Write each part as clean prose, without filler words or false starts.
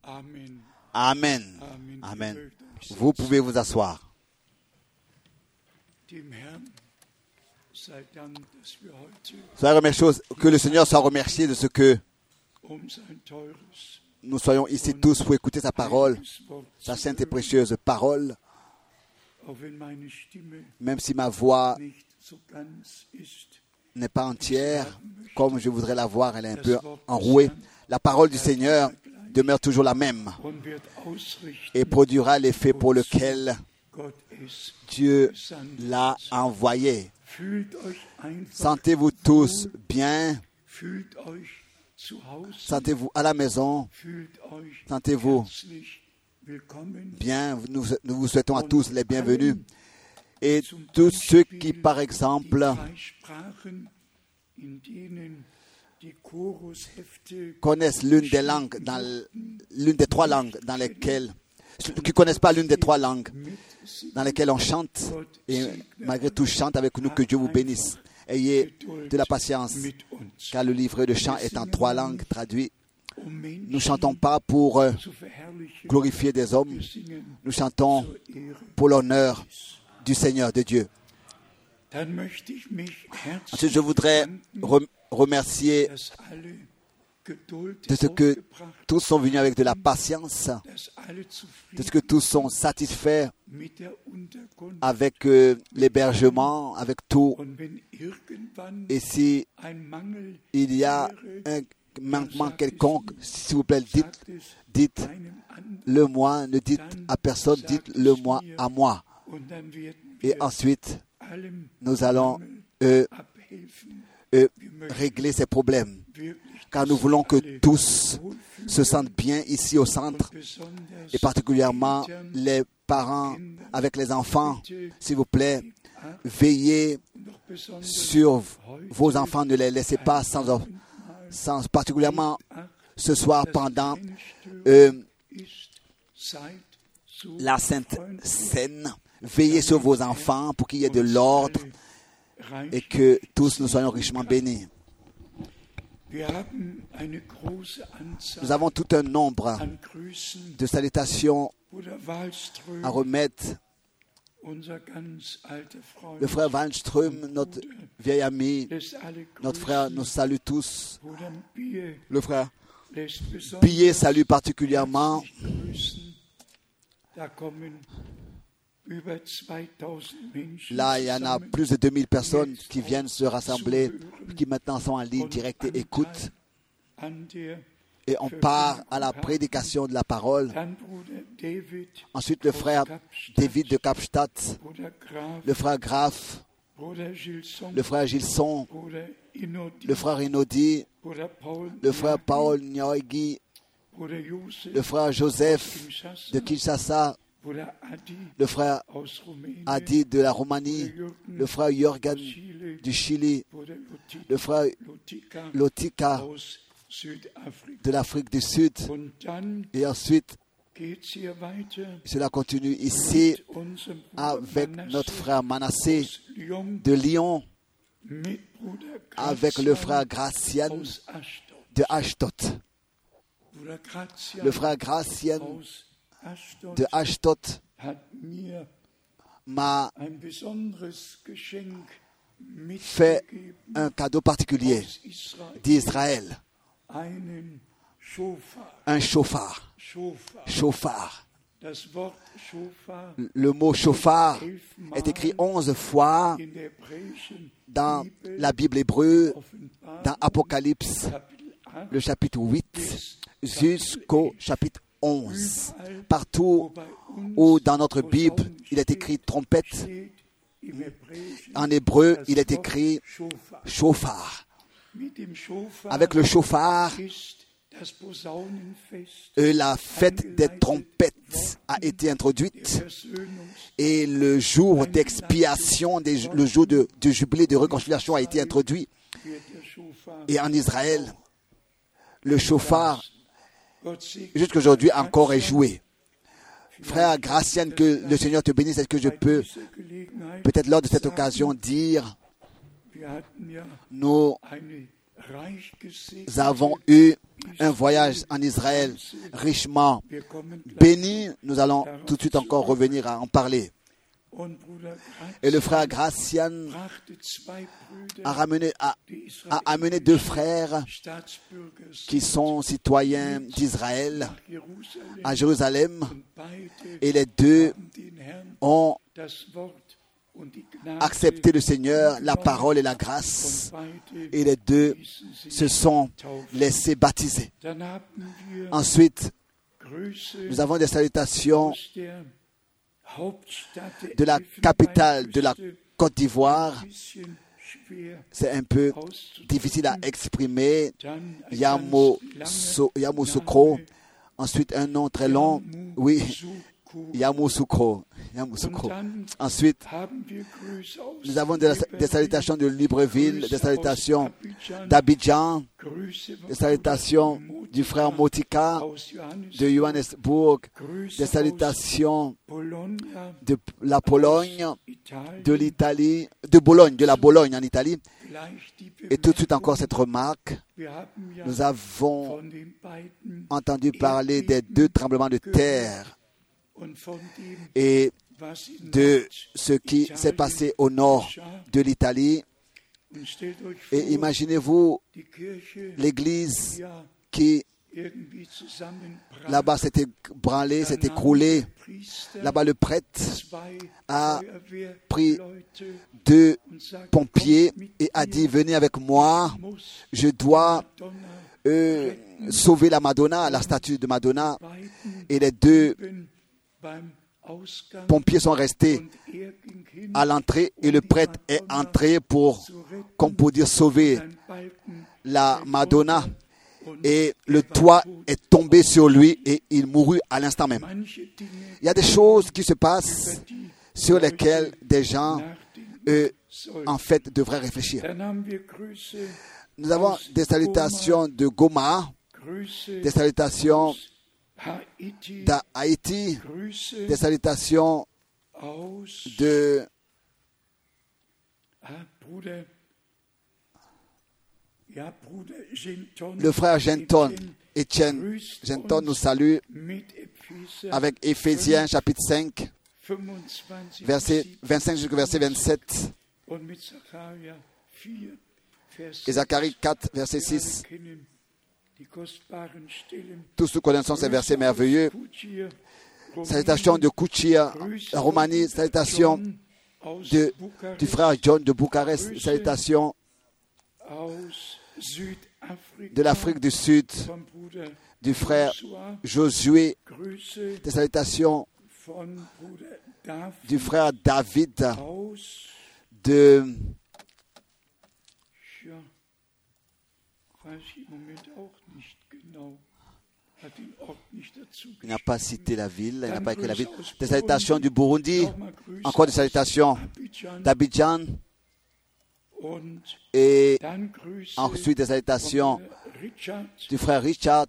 Amen. Amen. Vous pouvez vous asseoir. Soyez remerciés, que le Seigneur soit remercié de ce que nous soyons ici tous pour écouter sa parole, sa sainte et précieuse parole. Même si ma voix n'est pas entière, comme je voudrais la voir, elle est un peu enrouée. La parole du Seigneur demeure toujours la même et produira l'effet pour lequel Dieu l'a envoyé. Sentez-vous tous bien. Sentez-vous à la maison. Sentez-vous bien. Nous vous souhaitons à tous les bienvenus. Et tous ceux qui, par exemple, connaissent l'une des trois langues dans lesquelles, qui ne connaissent pas l'une des trois langues dans lesquelles on chante, et malgré tout chante avec nous, que Dieu vous bénisse. Ayez de la patience, car le livret de chant est en trois langues traduit. Nous ne chantons pas pour glorifier des hommes, nous chantons pour l'honneur du Seigneur, de Dieu. Ensuite, je voudrais remercier de ce que tous sont venus avec de la patience, de ce que tous sont satisfaits avec l'hébergement, avec tout. Et si il y a un manquement quelconque, s'il vous plaît, dites-le moi, ne dites à personne, dites-le moi à moi. Et ensuite, nous allons régler ces problèmes. Car nous voulons que tous se sentent bien ici au centre, et particulièrement les parents avec les enfants. S'il vous plaît, veillez sur vos enfants, ne les laissez pas sans particulièrement ce soir pendant la Sainte Seine. Veillez sur vos enfants pour qu'il y ait de l'ordre et que tous nous soyons richement bénis. Nous avon tout un nombre de salutations à remettre. Le frère Wallström, notre vieil ami, notre frère nous salue tous. Le frère Billet salue particulièrement. Là, il y en a plus de 2000 personnes qui viennent se rassembler, qui maintenant sont en ligne directe et écoutent. Et on part à la prédication de la parole. Ensuite, le frère David de Kapstadt, le frère Graf, le frère Gilson, le frère Inodi, le frère Paul Nyoigi, le frère Joseph de Kinshasa, le frère Adi de la Roumanie, le frère Jorgen du Chili, le frère Lotika de l'Afrique du Sud. Et ensuite, cela continue ici avec notre frère Manassé de Lyon, avec le frère Gracien de Ashdod. Le frère Gracien de Ashdod m'a fait un cadeau particulier d'Israël. Un chauffard. Chauffard. Le mot chauffard est écrit 11 fois dans la Bible hébreu, dans Apocalypse, le chapitre 8, jusqu'au chapitre 11. Partout où dans notre Bible, il est écrit trompette, en hébreu, il est écrit chauffard. Avec le chauffard, la fête des trompettes a été introduite et le jour d'expiation, le jour de jubilé de réconciliation a été introduit. Et en Israël, le chauffard, jusqu'aujourd'hui encore, est joué. Frère Gracien, que le Seigneur te bénisse. Est-ce que je peux, peut-être lors de cette occasion, dire, nous avons eu un voyage en Israël richement béni. Nous allons tout de suite encore revenir à en parler. Et le frère Gracian a amené deux frères qui sont citoyens d'Israël à Jérusalem, et les deux ont accepté le Seigneur, la parole et la grâce, et les deux se sont laissés baptiser. Ensuite, nous avons des salutations de la capitale de la Côte d'Ivoire. C'est un peu difficile à exprimer. Yamoussoukro. Ensuite, un nom très long. Oui, Yamoussoukro. Ensuite, nous avons des salutations de Libreville, des salutations d'Abidjan, des salutations du frère Motika de Johannesburg, des salutations de la Pologne, de l'Italie, de la Bologne en Italie. Et tout de suite encore cette remarque, nous avons entendu parler des deux tremblements de terre et de ce qui s'est passé au nord de l'Italie. Et imaginez-vous l'église qui, là-bas, s'était branlée, s'est écroulée. Là-bas, le prêtre a pris deux pompiers et a dit, venez avec moi, je dois sauver la Madonna, la statue de Madonna. Et les deux pompiers sont restés à l'entrée et le prêtre est entré pour dire, sauver la Madonna. Et le toit est tombé sur lui et il mourut à l'instant même. Il y a des choses qui se passent sur lesquelles des gens, en fait, devraient réfléchir. Nous avons des salutations de Goma, des salutations d'Haïti, des salutations de le frère Genton. Etienne Genton nous salue avec Éphésiens chapitre 5, verset 25 jusqu'au verset 27, et Zacharie 4, verset 6. Tous nous connaissons ces versets merveilleux. Salutations de Kouchia, Roumanie, salutations du frère John de Bucarest, salutations de l'Afrique du Sud, du frère Josué, des salutations du frère David de il n'a pas cité la ville, il n'a pas écrit la ville. Des salutations du Burundi, encore des salutations d'Abidjan, et ensuite des salutations du frère Richard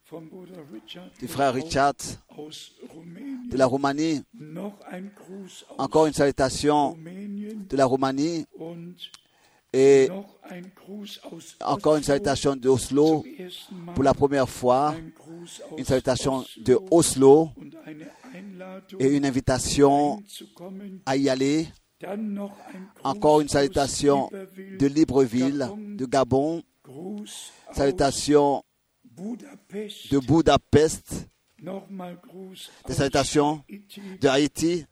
de la Roumanie, encore une salutation de la Roumanie, et encore une salutation d'Oslo pour la première fois, une salutation de Oslo et une invitation à y aller. Encore une salutation de Libreville, de Gabon, salutation de Budapest, des salutations de Haïti,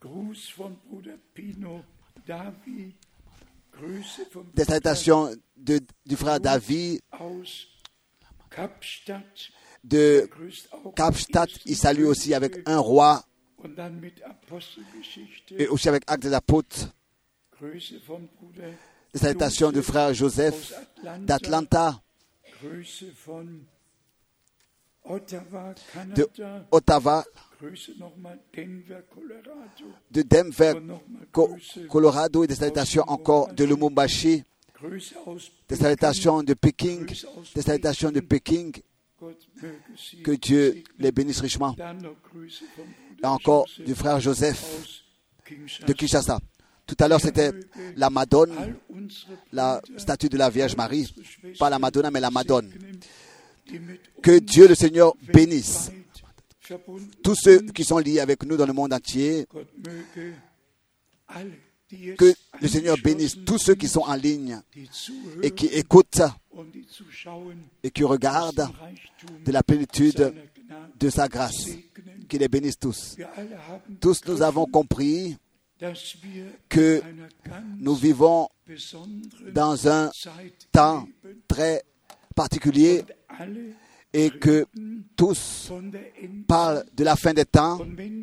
des salutations du frère David de Kapstadt. Il salue aussi avec un roi et aussi avec Actes des Apôtres. Des salutations du frère Joseph d'Atlanta, de Ottawa, de Denver, Colorado, et des salutations encore de Lumumbashi, des salutations de Pékin, des salutations de Pékin. Que Dieu les bénisse richement. Et encore du frère Joseph de Kinshasa. Tout à l'heure, c'était la Madone, la statue de la Vierge Marie. Pas la Madonna, mais la Madone. Que Dieu le Seigneur bénisse tous ceux qui sont liés avec nous dans le monde entier. Que le Seigneur bénisse tous ceux qui sont en ligne et qui écoutent et qui regardent de la plénitude de sa grâce. Qu'il les bénisse tous. Tous nous avons compris que nous vivons dans un temps très particulier et que tous parlent de la fin des temps.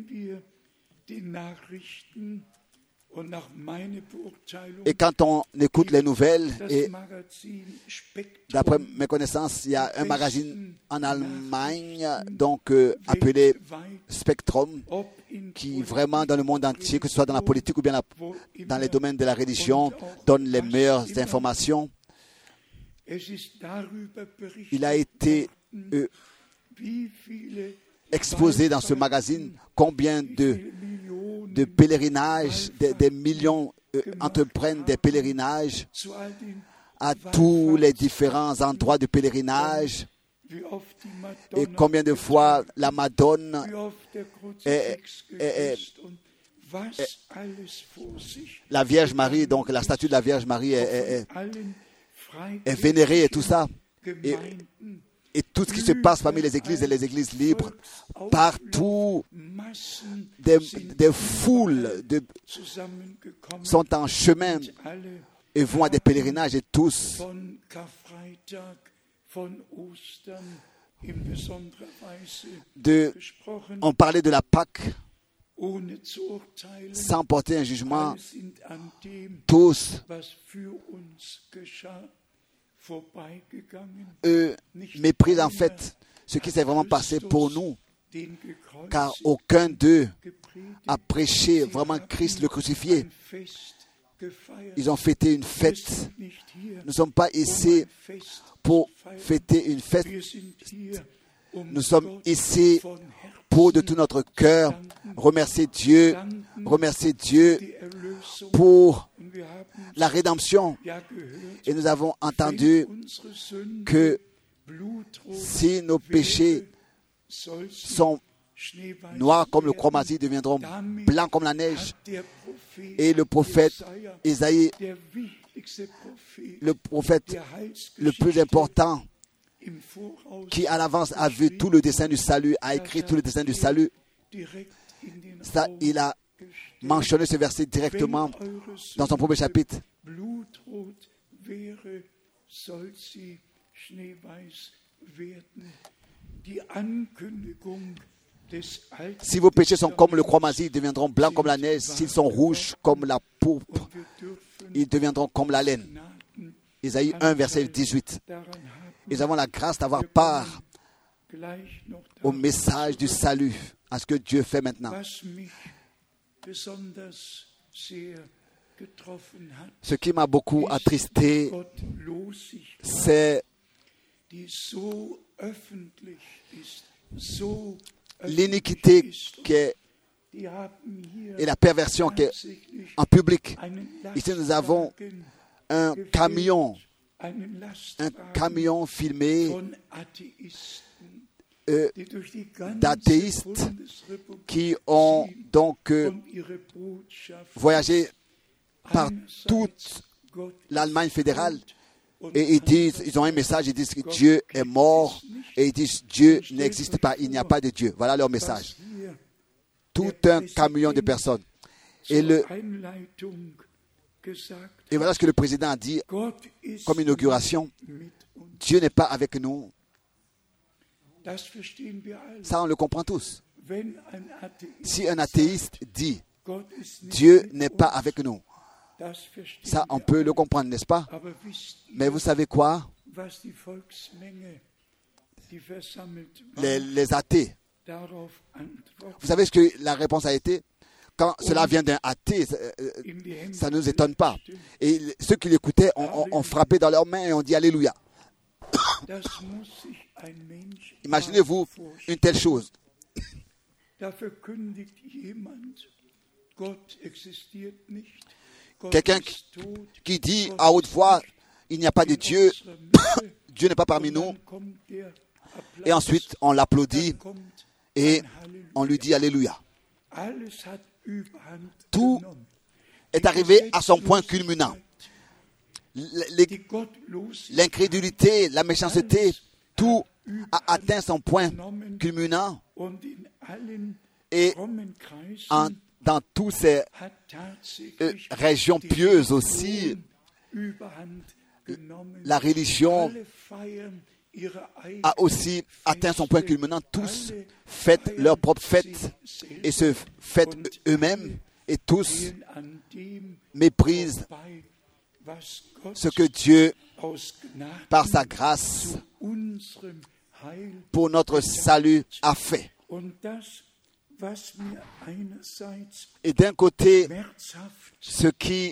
Et quand on écoute les nouvelles, et d'après mes connaissances, il y a un magazine en Allemagne donc appelé Spectrum, qui vraiment dans le monde entier, que ce soit dans la politique ou bien dans les domaines de la religion, donne les meilleures informations. Il a été exposé dans ce magazine combien de pèlerinages, des millions entreprennent des pèlerinages à tous les différents endroits de pèlerinage, et combien de fois la Madone la Vierge Marie, donc la statue de la Vierge Marie est vénérée et tout ça. Et tout ce qui se passe parmi les églises et les églises libres, partout, des foules sont en chemin et vont à des pèlerinages, et tous, on parlait de la Pâque sans porter un jugement. Tous méprisent en fait ce qui s'est vraiment passé pour nous, car aucun d'eux a prêché vraiment Christ le crucifié. Ils ont fêté une fête. Nous ne sommes pas ici pour fêter une fête. Nous sommes ici pour de tout notre cœur remercier Dieu pour la rédemption. Et nous avons entendu que si nos péchés sont noirs comme le chromazine, ils deviendront blancs comme la neige. Et le prophète Isaïe, le prophète le plus important, qui à l'avance a vu tout le dessein du salut, a écrit tout le dessein du salut, ça, il a mentionné ce verset directement dans son premier chapitre. Si vos péchés sont comme le chromazine, ils deviendront blancs comme la neige. S'ils sont rouges comme la pourpre, ils deviendront comme la laine. Isaïe 1, verset 18. Nous avons la grâce d'avoir part au message du salut, à ce que Dieu fait maintenant. Ce qui m'a beaucoup attristé, c'est l'iniquité et la perversion qui est en public. Ici, nous avons un camion filmé d'athéistes qui ont donc voyagé par toute l'Allemagne fédérale, et ils ont un message, ils disent que Dieu est mort, et ils disent Dieu n'existe pas, il n'y a pas de Dieu. Voilà leur message. Tout un camion de personnes. Et voilà ce que le président a dit comme inauguration. Dieu n'est pas avec nous. Ça, on le comprend tous. Si un athéiste dit Dieu n'est pas avec nous, ça, on peut le comprendre, n'est-ce pas? Mais vous savez quoi? Les athées. Vous savez ce que la réponse a été? Quand cela vient d'un athée, ça ne nous étonne pas. Et ceux qui l'écoutaient ont frappé dans leurs mains et ont dit Alléluia. Imaginez-vous une telle chose. Quelqu'un qui dit à haute voix, il n'y a pas de Dieu, Dieu n'est pas parmi nous. et ensuite on l'applaudit et on lui dit Alléluia. Tout est arrivé à son point culminant. L'incrédulité, la méchanceté, tout a atteint son point culminant. Et dans toutes ces régions pieuses aussi, la religion a aussi atteint son point culminant. Tous fêtent leur propre fête et se fêtent eux-mêmes et tous méprisent ce que Dieu, par sa grâce, pour notre salut, a fait. Et d'un côté, ce qui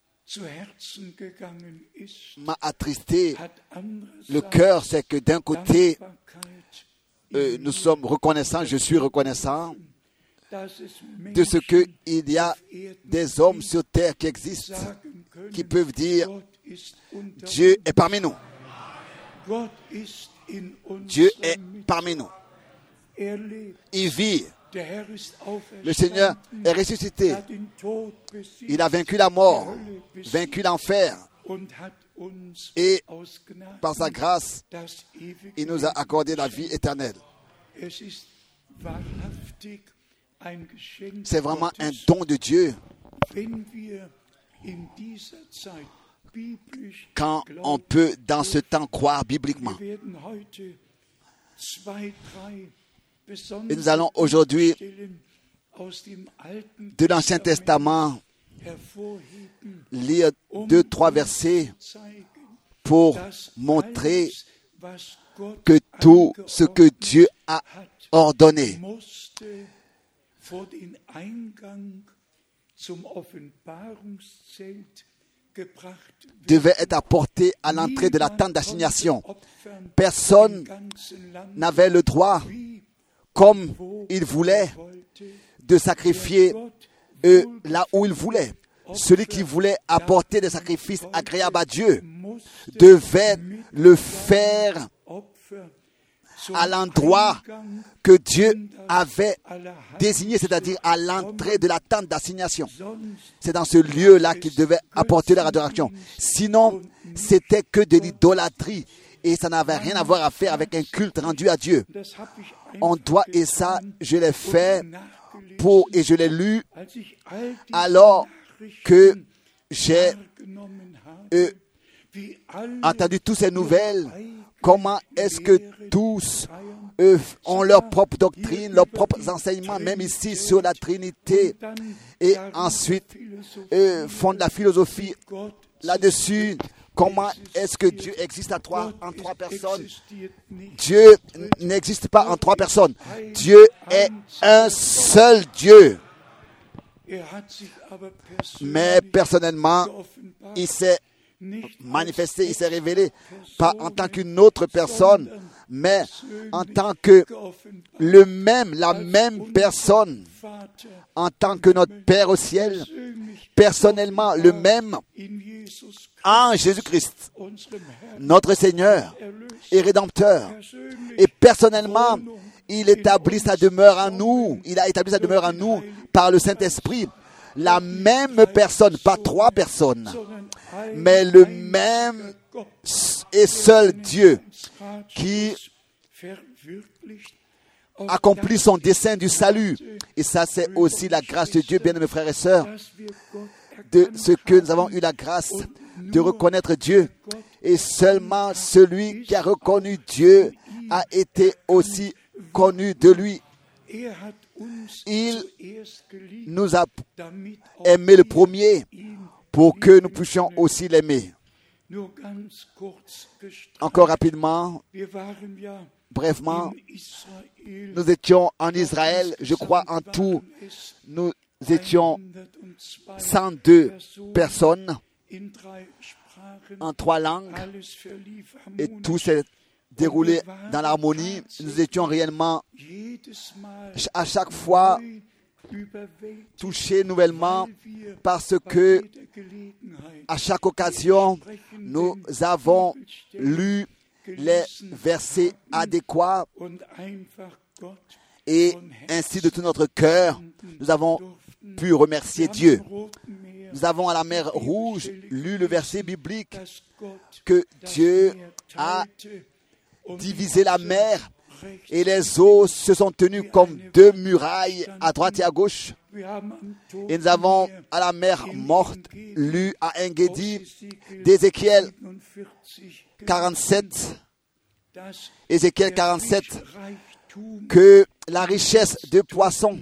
m'a attristé le cœur, c'est que d'un côté, nous sommes reconnaissants, je suis reconnaissant de ce qu'il y a des hommes sur terre qui existent, qui peuvent dire Dieu est parmi nous. Dieu est parmi nous. Il vit. Le Seigneur est ressuscité. Il a vaincu la mort, vaincu l'enfer. Et par sa grâce, il nous a accordé la vie éternelle. C'est vraiment un don de Dieu quand on peut dans ce temps croire bibliquement. Et nous allons aujourd'hui de l'Ancien Testament lire 2-3 versets pour montrer que tout ce que Dieu a ordonné devait être apporté à l'entrée de la tente d'assignation. Personne n'avait le droit, comme il voulait, de sacrifier là où il voulait. Celui qui voulait apporter des sacrifices agréables à Dieu devait le faire à l'endroit que Dieu avait désigné, c'est-à-dire à l'entrée de la tente d'assignation. C'est dans ce lieu-là qu'il devait apporter leur adoration. Sinon, c'était que de l'idolâtrie et ça n'avait rien à faire avec un culte rendu à Dieu. On doit, et ça, je l'ai fait et je l'ai lu alors que j'ai entendu toutes ces nouvelles. Comment est-ce que tous ont leur propre doctrine, leurs propres enseignements, même ici sur la Trinité, et ensuite font de la philosophie là-dessus. Comment est-ce que Dieu existe en trois personnes? Dieu n'existe pas en 3 personnes. Dieu est un seul Dieu. Mais personnellement, il s'est manifesté, il s'est révélé, pas en tant qu'une autre personne, mais en tant que la même personne, en tant que notre Père au ciel, personnellement le même en Jésus-Christ, notre Seigneur et Rédempteur. Et personnellement, il établit sa demeure en nous, il a établi sa demeure en nous par le Saint-Esprit. La même personne, pas 3 personnes, mais le même et seul Dieu qui accomplit son dessein du salut. Et ça, c'est aussi la grâce de Dieu, bien-aimés frères et sœurs, de ce que nous avons eu la grâce de reconnaître Dieu. Et seulement celui qui a reconnu Dieu a été aussi connu de lui. Il nous a aimé le premier pour que nous puissions aussi l'aimer. Encore rapidement, brièvement, nous étions en Israël, je crois en tout, nous étions 102 personnes en 3 langues et tout s'est déroulé dans l'harmonie. Nous étions réellement à chaque fois touchés nouvellement parce que à chaque occasion nous avons lu les versets adéquats et ainsi de tout notre cœur, nous avons pu remercier Dieu. Nous avons à la mer Rouge lu le verset biblique que Dieu a divisé la mer et les eaux se sont tenues comme deux murailles à droite et à gauche. Et nous avons à la mer morte lu à Engedi d'Ézéchiel 47, Ézéchiel 47, que la richesse de poissons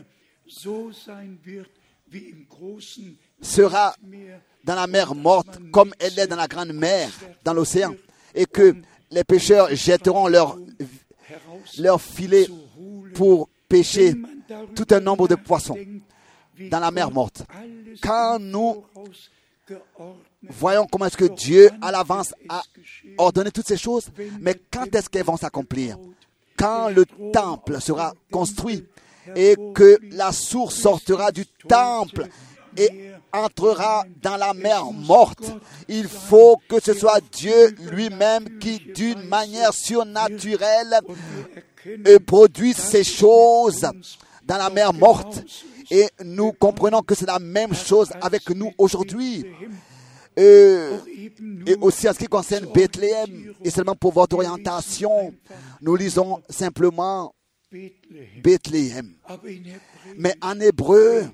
sera dans la mer morte comme elle est dans la grande mer, dans l'océan, et que les pêcheurs jetteront leur filet pour pêcher tout un nombre de poissons dans la mer morte. Quand nous voyons comment est-ce que Dieu à l'avance a ordonné toutes ces choses, mais quand est-ce qu'elles vont s'accomplir? Quand le temple sera construit et que la source sortira du temple et entrera dans la mer morte, il faut que ce soit Dieu lui-même qui, d'une manière surnaturelle, produise ces choses dans la mer morte. Et nous comprenons que c'est la même chose avec nous aujourd'hui. Et aussi en ce qui concerne Bethléem, et seulement pour votre orientation, nous lisons simplement Bethléem. Mais en hébreu,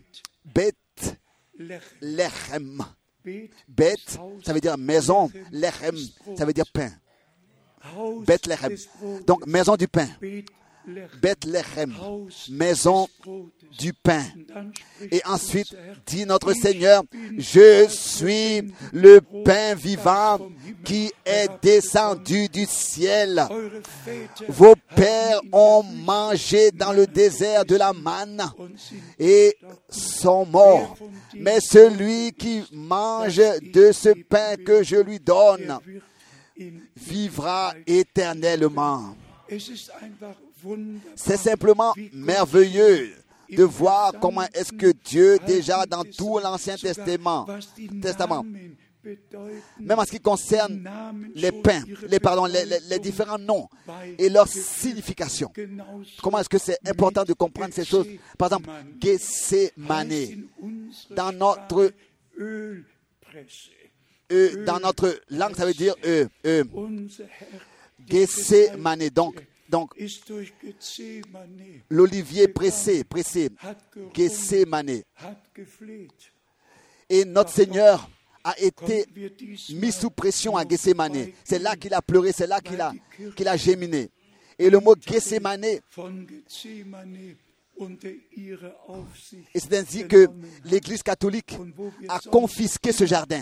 Bethléem. Beth, ça veut dire maison. Lechem, ça veut dire pain. Bethléem. Donc, maison du pain. Bethléem, maison du pain. Et ensuite, dit notre Seigneur, je suis le pain vivant qui est descendu du ciel. Vos pères ont mangé dans le désert de la manne et sont morts. Mais celui qui mange de ce pain que je lui donne vivra éternellement. C'est simplement merveilleux de voir comment est-ce que Dieu, déjà dans tout l'Ancien Testament, même en ce qui concerne les pains, les différents noms et leur signification, comment est-ce que c'est important de comprendre ces choses. Par exemple, Gethsémané, dans notre langue, ça veut dire Gethsémané, donc l'olivier pressé, Gethsémané. Et notre Seigneur a été mis sous pression à Gethsémané. C'est là qu'il a pleuré, c'est là qu'il a géminé. Et le mot Gethsémané, et c'est ainsi que l'Église catholique a confisqué ce jardin.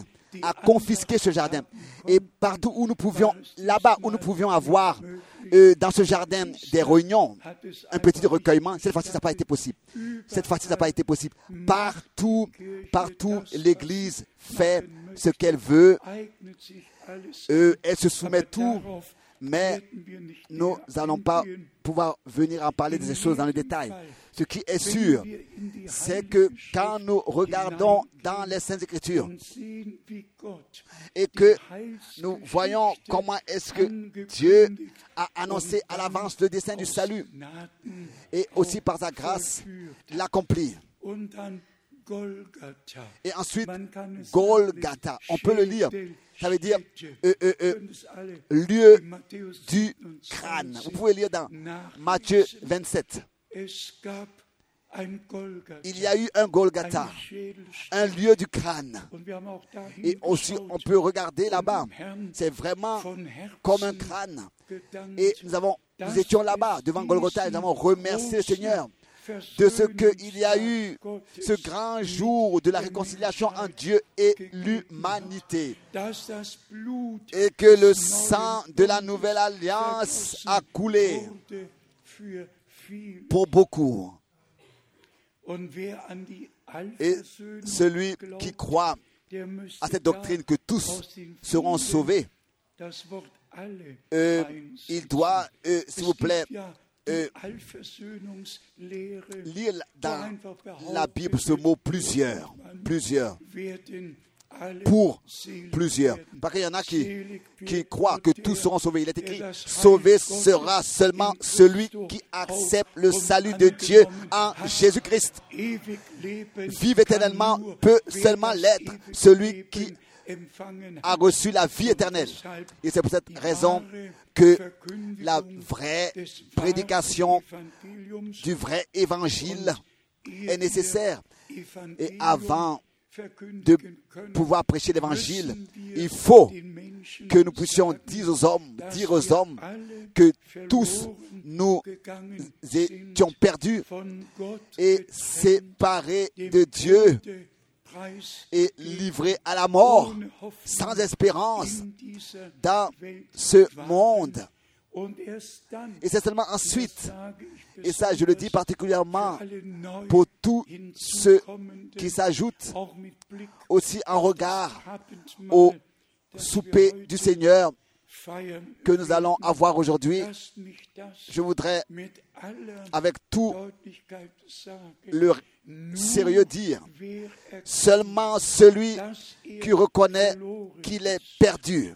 Et partout où nous pouvions, là-bas où nous pouvions avoir dans ce jardin des réunions, un petit recueillement, cette fois-ci ça n'a pas été possible. Partout, l'Église fait ce qu'elle veut. Elle se soumet tout, mais nous n'allons pas pouvoir venir en parler de ces choses dans le détail. Ce qui est sûr, c'est que quand nous regardons dans les Saintes Écritures et que nous voyons comment est-ce que Dieu a annoncé à l'avance le dessein du salut et aussi par sa grâce l'accomplir. Et ensuite, Golgotha, on peut le lire, ça veut dire lieu du crâne. Vous pouvez lire dans Matthieu 27. Il y a eu un Golgotha, un lieu du crâne. Et aussi, on peut regarder là-bas. C'est vraiment comme un crâne. Et nous étions là-bas, devant Golgotha, et nous avons remercié le Seigneur de ce qu'il y a eu ce grand jour de la réconciliation entre Dieu et l'humanité. Et que le sang de la nouvelle alliance a coulé pour beaucoup. Et celui qui croit à cette doctrine que tous seront sauvés, il doit, s'il vous plaît, lire dans la Bible ce mot plusieurs. pour plusieurs. Parce qu'il y en a qui croient que tous seront sauvés. Il est écrit, sauvé sera seulement celui qui accepte le salut de Dieu en Jésus-Christ. Vivre éternellement peut seulement l'être celui qui a reçu la vie éternelle. Et c'est pour cette raison que la vraie prédication du vrai évangile est nécessaire. Et avant de pouvoir prêcher l'évangile, il faut que nous puissions dire aux hommes que tous nous étions perdus et séparés de Dieu et livrés à la mort, sans espérance dans ce monde. Et c'est seulement ensuite, et ça je le dis particulièrement pour tous ceux qui s'ajoutent aussi en regard au souper du Seigneur que nous allons avoir aujourd'hui, je voudrais avec tout le sérieux dire, seulement celui qui reconnaît qu'il est perdu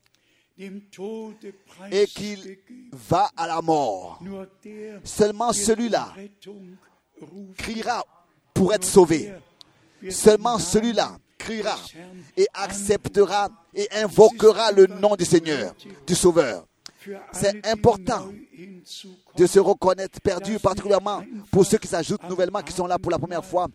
et qu'il va à la mort, seulement celui-là criera pour être sauvé. Seulement celui-là criera et acceptera et invoquera le nom du Seigneur, du Sauveur. C'est important de se reconnaître perdu, particulièrement pour ceux qui s'ajoutent nouvellement, qui sont là pour la première fois.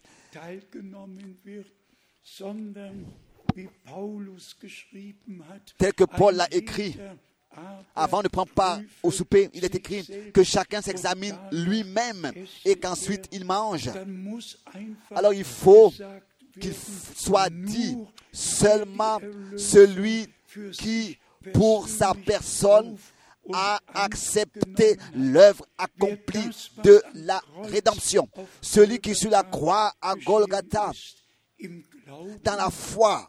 Tel que Paul l'a écrit, avant de prendre part au souper, il est écrit que chacun s'examine lui-même et qu'ensuite il mange. Alors il faut qu'il soit dit seulement celui qui, pour sa personne, a accepté l'œuvre accomplie de la rédemption. Celui qui sur la croix à Golgotha, dans la foi,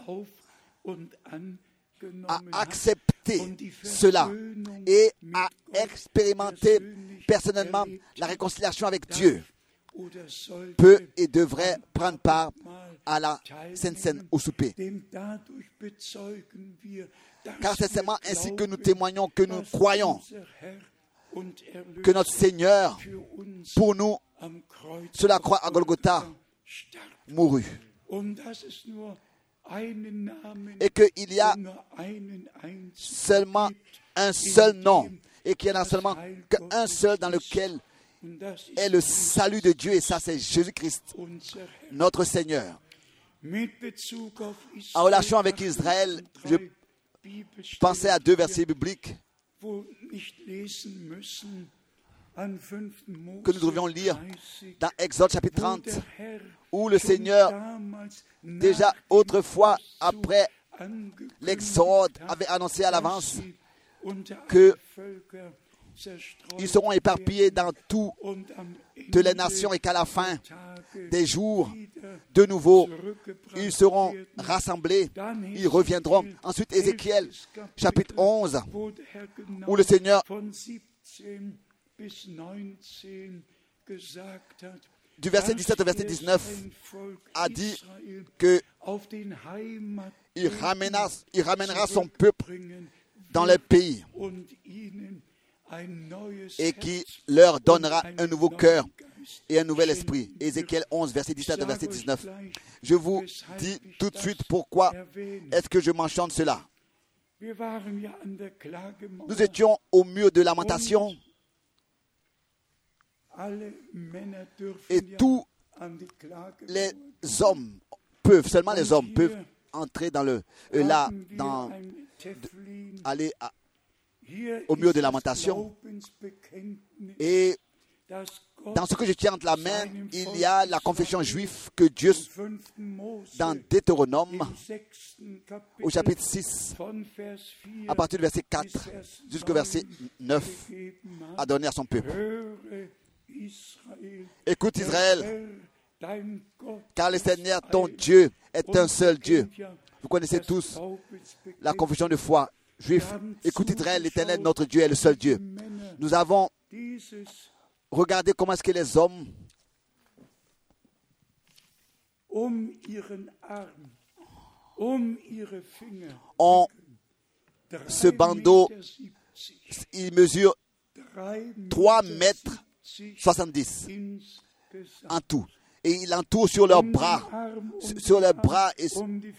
a accepté cela et a expérimenté personnellement la réconciliation avec Dieu, peut et devrait prendre part à la Sainte Seine, au souper. Car c'est seulement ainsi que nous témoignons, que nous croyons que notre Seigneur, pour nous, sur la croix à Golgotha, mourut. Et qu'il y a seulement un seul nom, et qu'il n'y en a seulement qu'un seul dans lequel est le salut de Dieu, et ça c'est Jésus-Christ, notre Seigneur. En relation avec Israël, je pensais à deux versets bibliques que nous devions lire dans Exode chapitre 30, où le Seigneur, déjà autrefois, après l'Exode, avait annoncé à l'avance qu'ils seront éparpillés dans toutes les nations et qu'à la fin des jours, de nouveau, ils seront rassemblés, ils reviendront. Ensuite, Ézéchiel, chapitre 11, où le Seigneur, du verset 17 au verset 19, a dit qu'il ramènera son peuple dans les pays et qui leur donnera un nouveau cœur et un nouvel esprit. Ézéchiel 11, verset 17 au verset 19. Je vous dis tout de suite pourquoi est-ce que je mentionne cela. Nous étions au mur de lamentation et tous les hommes peuvent, seulement les hommes peuvent entrer dans aller au mur de lamentation. Et dans ce que je tiens entre la main, il y a la confession juive que Dieu, dans Deutéronome, au chapitre 6, à partir du verset 4 jusqu'au verset 9, a donné à son peuple. Écoute Israël, car le Seigneur, ton Dieu, est un seul Dieu. Vous connaissez tous la confession de foi juif. Écoute Israël, l'Éternel, notre Dieu, est le seul Dieu. Nous avons regardé comment est-ce que les hommes ont ce bandeau, il mesure 3 mètres 70 en tout. Et il entoure sur leurs bras et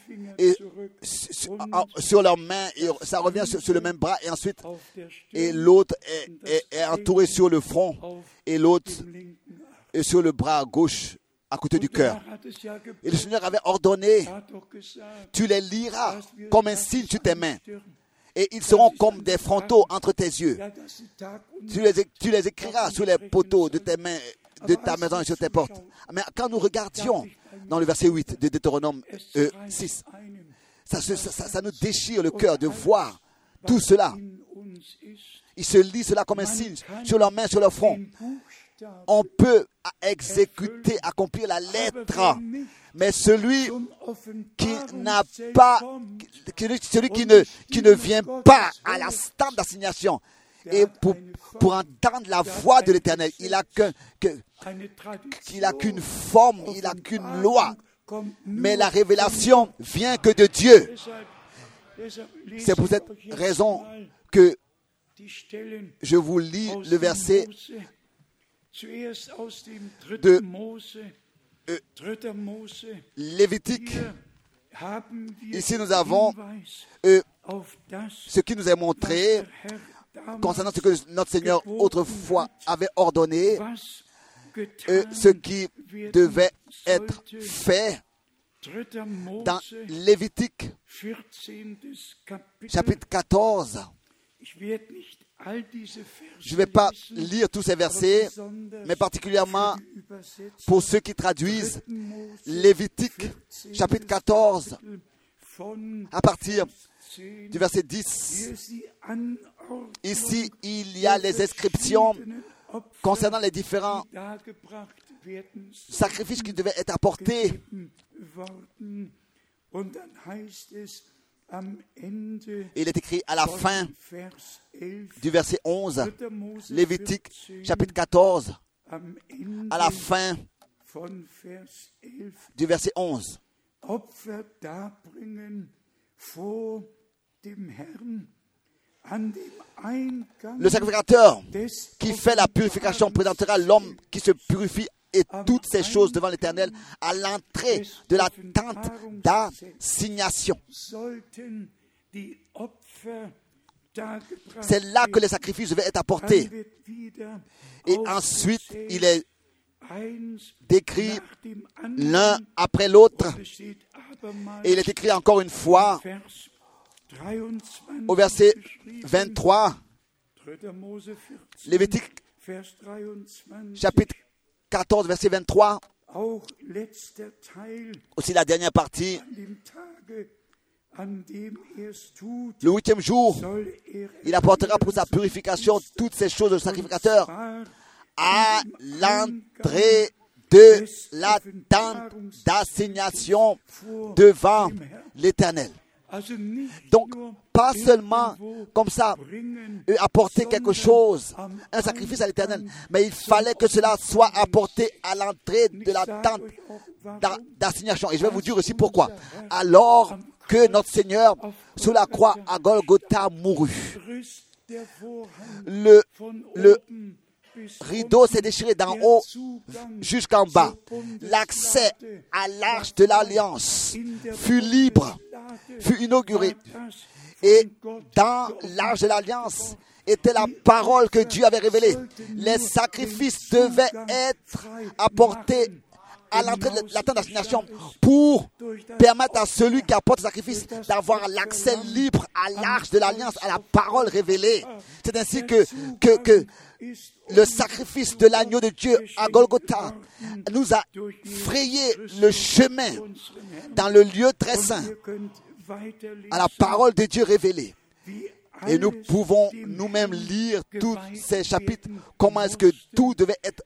sur leurs mains, et ça revient sur le même bras, et ensuite, et l'autre est entouré sur le front, et l'autre est sur le bras gauche, à côté du cœur. Et le Seigneur avait ordonné, tu les liras comme un signe sur tes mains, et ils seront comme des frontaux entre tes yeux. Tu les écriras sur les poteaux de tes mains, de ta maison et sur tes portes. Mais quand nous regardions dans le verset 8 de Deutéronome 6, ça nous déchire le cœur de voir tout cela. Ils se lisent cela comme un signe sur leurs mains, sur leur front. On peut exécuter, accomplir la lettre, mais celui qui n'a pas, celui qui ne vient pas à l'instant d'assignation, et pour entendre la voix de l'Éternel, il n'a qu'une forme, il n'a qu'une loi. Mais la révélation vient que de Dieu. C'est pour cette raison que je vous lis le verset de Lévitique. Ici, nous avons ce qui nous est montré concernant ce que notre Seigneur autrefois avait ordonné, ce qui devait être fait dans Lévitique, chapitre 14. Je ne vais pas lire tous ces versets, mais particulièrement pour ceux qui traduisent Lévitique, chapitre 14, à partir du verset 10. Ici, il y a les inscriptions concernant les différents sacrifices qui devaient être apportés. Il est écrit à la fin du verset 11, Lévitique chapitre 14, à la fin du verset 11. Le sacrificateur qui fait la purification présentera l'homme qui se purifie et toutes ces choses devant l'Éternel à l'entrée de la tente d'assignation. C'est là que les sacrifices devaient être apportés. Et ensuite, il est décrit l'un après l'autre. Et il est écrit encore une fois au verset 23, Lévitique chapitre 14, verset 23, aussi la dernière partie. Le 8e jour, il apportera pour sa purification toutes ces choses au sacrificateur à l'entrée de la tente d'assignation devant l'Éternel. Donc, pas seulement comme ça, apporter quelque chose, un sacrifice à l'Éternel, mais il fallait que cela soit apporté à l'entrée de la tente d'assignation. Et je vais vous dire aussi pourquoi. Alors que notre Seigneur, sous la croix à Golgotha, mourut, le rideau s'est déchiré d'en haut jusqu'en bas. L'accès à l'arche de l'Alliance fut libre, fut inauguré. Et dans l'arche de l'Alliance était la parole que Dieu avait révélée. Les sacrifices devaient être apportés à l'entrée de la tente d'assignation pour permettre à celui qui apporte le sacrifice d'avoir l'accès libre à l'arche de l'Alliance, à la parole révélée. C'est ainsi que le sacrifice de l'agneau de Dieu à Golgotha nous a frayé le chemin dans le lieu très saint à la parole de Dieu révélée. Et nous pouvons nous-mêmes lire tous ces chapitres, comment est-ce que tout devait être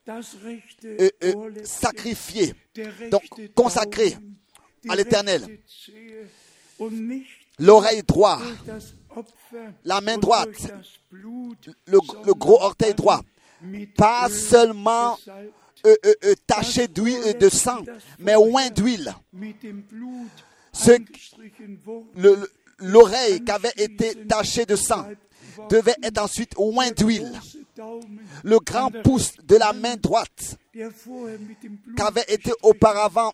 sacrifié, donc consacré à l'Éternel. L'oreille droite, la main droite, le gros orteil droit, pas seulement taché d'huile, de sang, mais oint d'huile. L'oreille qui avait été tachée de sang devait être ensuite oint d'huile. Le grand pouce de la main droite qui avait été auparavant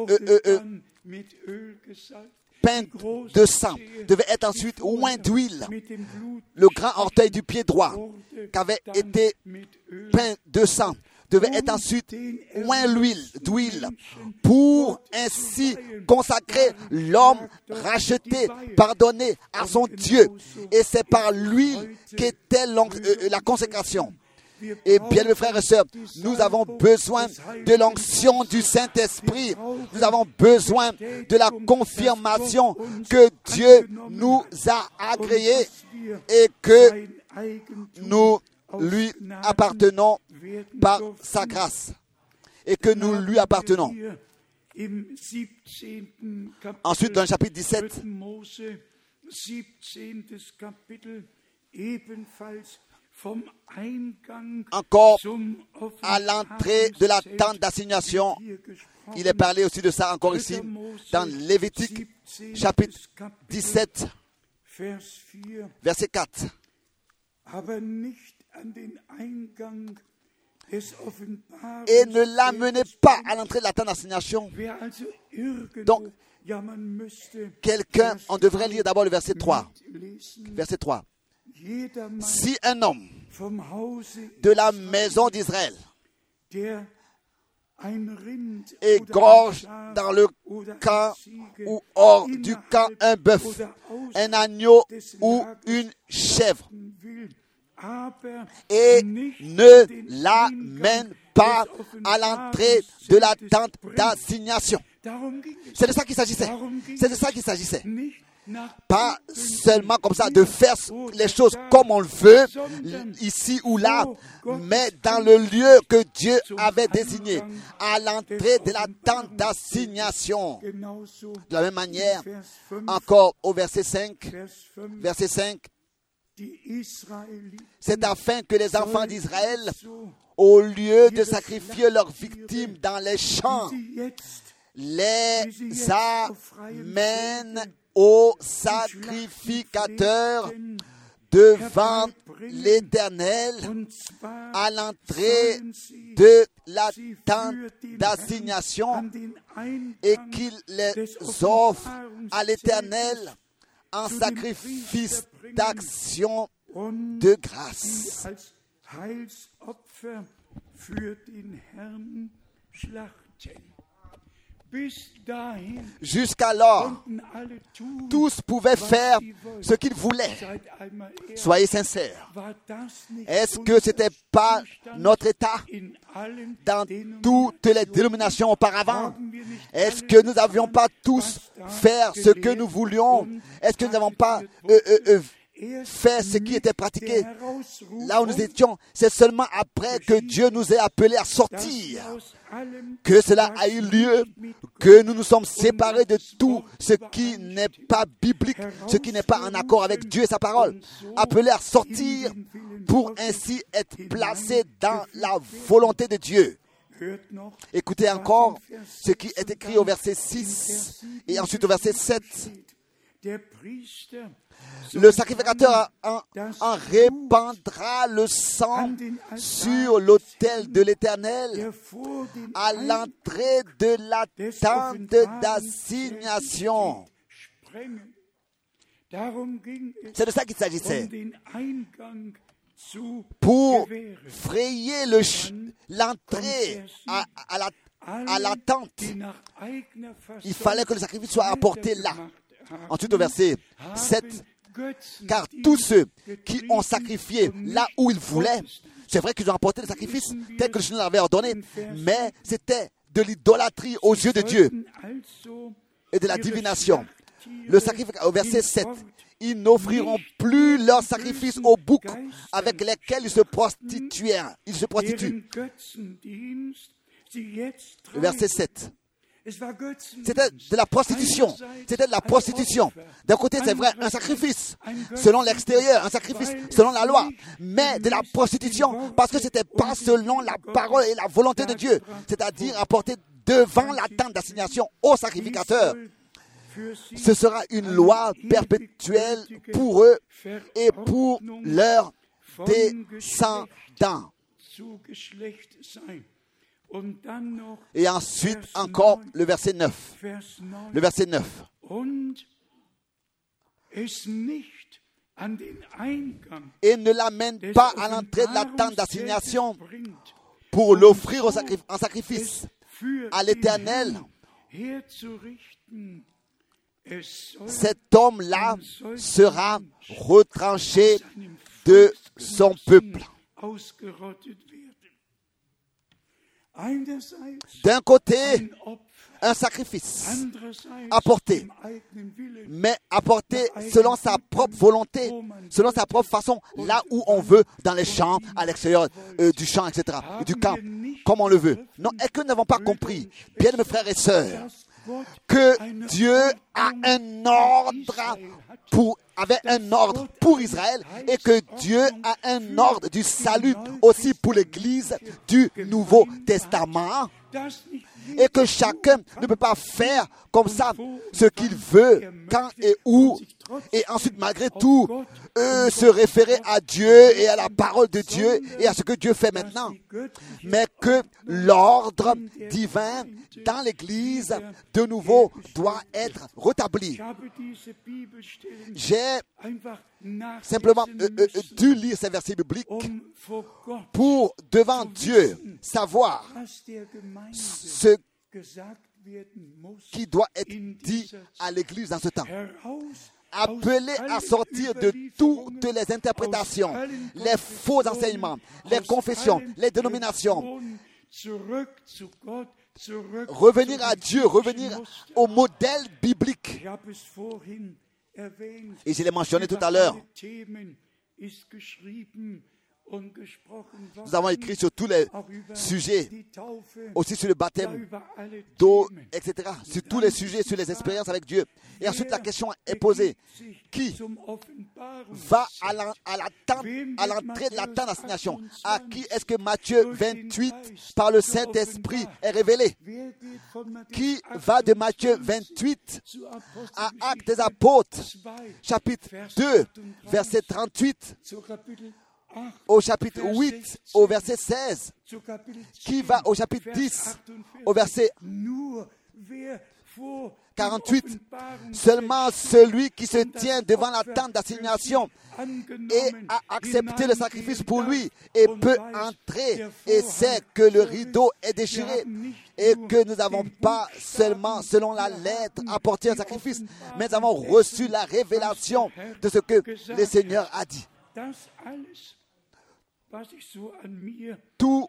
peint de sang devait être ensuite oint d'huile. Le grand orteil du pied droit qui avait été peint de sang devait être ensuite oint d'huile pour ainsi consacrer l'homme racheté, pardonné à son Dieu. Et c'est par l'huile qu'était la consécration. Et bien, mes frères et sœurs, nous avons besoin de l'onction du Saint-Esprit. Nous avons besoin de la confirmation que Dieu nous a agréée et que nous lui appartenons par sa grâce. Et que nous lui appartenons. Ensuite, dans le chapitre 17, encore à l'entrée de la tente d'assignation, il est parlé aussi de ça encore ici, dans Lévitique, chapitre 17, verset 4. Et ne l'amenez pas à l'entrée de la tente d'assignation. Donc, on devrait lire d'abord le verset 3. Verset 3. Si un homme de la maison d'Israël égorge dans le camp ou hors du camp un bœuf, un agneau ou une chèvre, et ne l'amène pas à l'entrée de la tente d'assignation. C'est de ça qu'il s'agissait. C'est de ça qu'il s'agissait. Pas seulement comme ça de faire les choses comme on le veut, ici ou là, mais dans le lieu que Dieu avait désigné, à l'entrée de la tente d'assignation. De la même manière, encore au verset 5, c'est afin que les enfants d'Israël, au lieu de sacrifier leurs victimes dans les champs, les amènent au sacrificateur devant l'Éternel à l'entrée de la tente d'assignation et qu'il les offre à l'Éternel en sacrifice d'action de grâce. Jusqu'alors, tous pouvaient faire ce qu'ils voulaient. Soyez sincères. Est-ce que ce n'était pas notre état dans toutes les dénominations auparavant? Est-ce que nous n'avions pas tous faire ce que nous voulions? Est-ce que nous n'avons pas fait ce qui était pratiqué là où nous étions? C'est seulement après que Dieu nous ait appelés à sortir que cela a eu lieu, que nous nous sommes séparés de tout ce qui n'est pas biblique, ce qui n'est pas en accord avec Dieu et sa parole, appelés à sortir pour ainsi être placés dans la volonté de Dieu. Écoutez encore ce qui est écrit au verset 6 et ensuite au verset 7. Le sacrificateur en répandra le sang sur l'autel de l'Éternel à l'entrée de la tente d'assignation. C'est de ça qu'il s'agissait. Pour frayer l'entrée à la tente, il fallait que le sacrifice soit apporté là. Ensuite au verset 7, car tous ceux qui ont sacrifié là où ils voulaient, c'est vrai qu'ils ont apporté le sacrifice tel que le Seigneur l'avait ordonné, mais c'était de l'idolâtrie aux yeux de Dieu et de la divination. Le sacrifice au verset 7, ils n'offriront plus leurs sacrifices aux boucs avec lesquels ils se prostituent. Verset 7. C'était de la prostitution. C'était de la prostitution. D'un côté, c'est vrai, un sacrifice selon l'extérieur, un sacrifice selon la loi, mais de la prostitution parce que c'était pas selon la parole et la volonté de Dieu, c'est-à-dire apporter devant la tente d'assignation au sacrificateur. Ce sera une loi perpétuelle pour eux et pour leurs descendants. Et ensuite, encore le verset 9. Le verset 9. Et ne l'amène pas à l'entrée de la tente d'assignation pour l'offrir en sacrifice à l'Éternel. Cet homme-là sera retranché de son peuple. D'un côté, un sacrifice apporté, mais apporté selon sa propre volonté, selon sa propre façon, là où on veut, dans les champs, à l'extérieur du champ, etc., du camp, comme on le veut. Non, est-ce que nous n'avons pas compris, bien mes frères et sœurs, que Dieu a avait un ordre pour Israël et que Dieu a un ordre du salut aussi pour l'Église du Nouveau Testament et que chacun ne peut pas faire comme ça ce qu'il veut, quand et où, et ensuite malgré tout se référer à Dieu et à la parole de Dieu et à ce que Dieu fait maintenant, mais que l'ordre divin dans l'Église de nouveau doit être rétabli. J'ai simplement dû lire ces versets bibliques pour, devant Dieu, savoir ce qui doit être dit à l'Église dans ce temps. Appelé à sortir de toutes les interprétations, les faux enseignements, les confessions, les dénominations. Revenir à Dieu, revenir au modèle biblique. Et je l'ai mentionné tout à l'heure. Nous avons écrit sur tous les sujets, aussi sur le baptême d'eau, etc. Sur tous les sujets, sur les expériences avec Dieu. Et ensuite, la question est posée. Qui va à l'entrée de la tente d'assignation? À qui est-ce que Matthieu 28, par le Saint-Esprit, est révélé? Qui va de Matthieu 28 à Actes des Apôtres, chapitre 2, verset 38, au chapitre 8, au verset 16, qui va au chapitre 10, au verset 48, seulement celui qui se tient devant la tente d'assignation et a accepté le sacrifice pour lui et peut entrer et sait que le rideau est déchiré et que nous n'avons pas seulement, selon la lettre, apporté un sacrifice, mais nous avons reçu la révélation de ce que le Seigneur a dit. Tout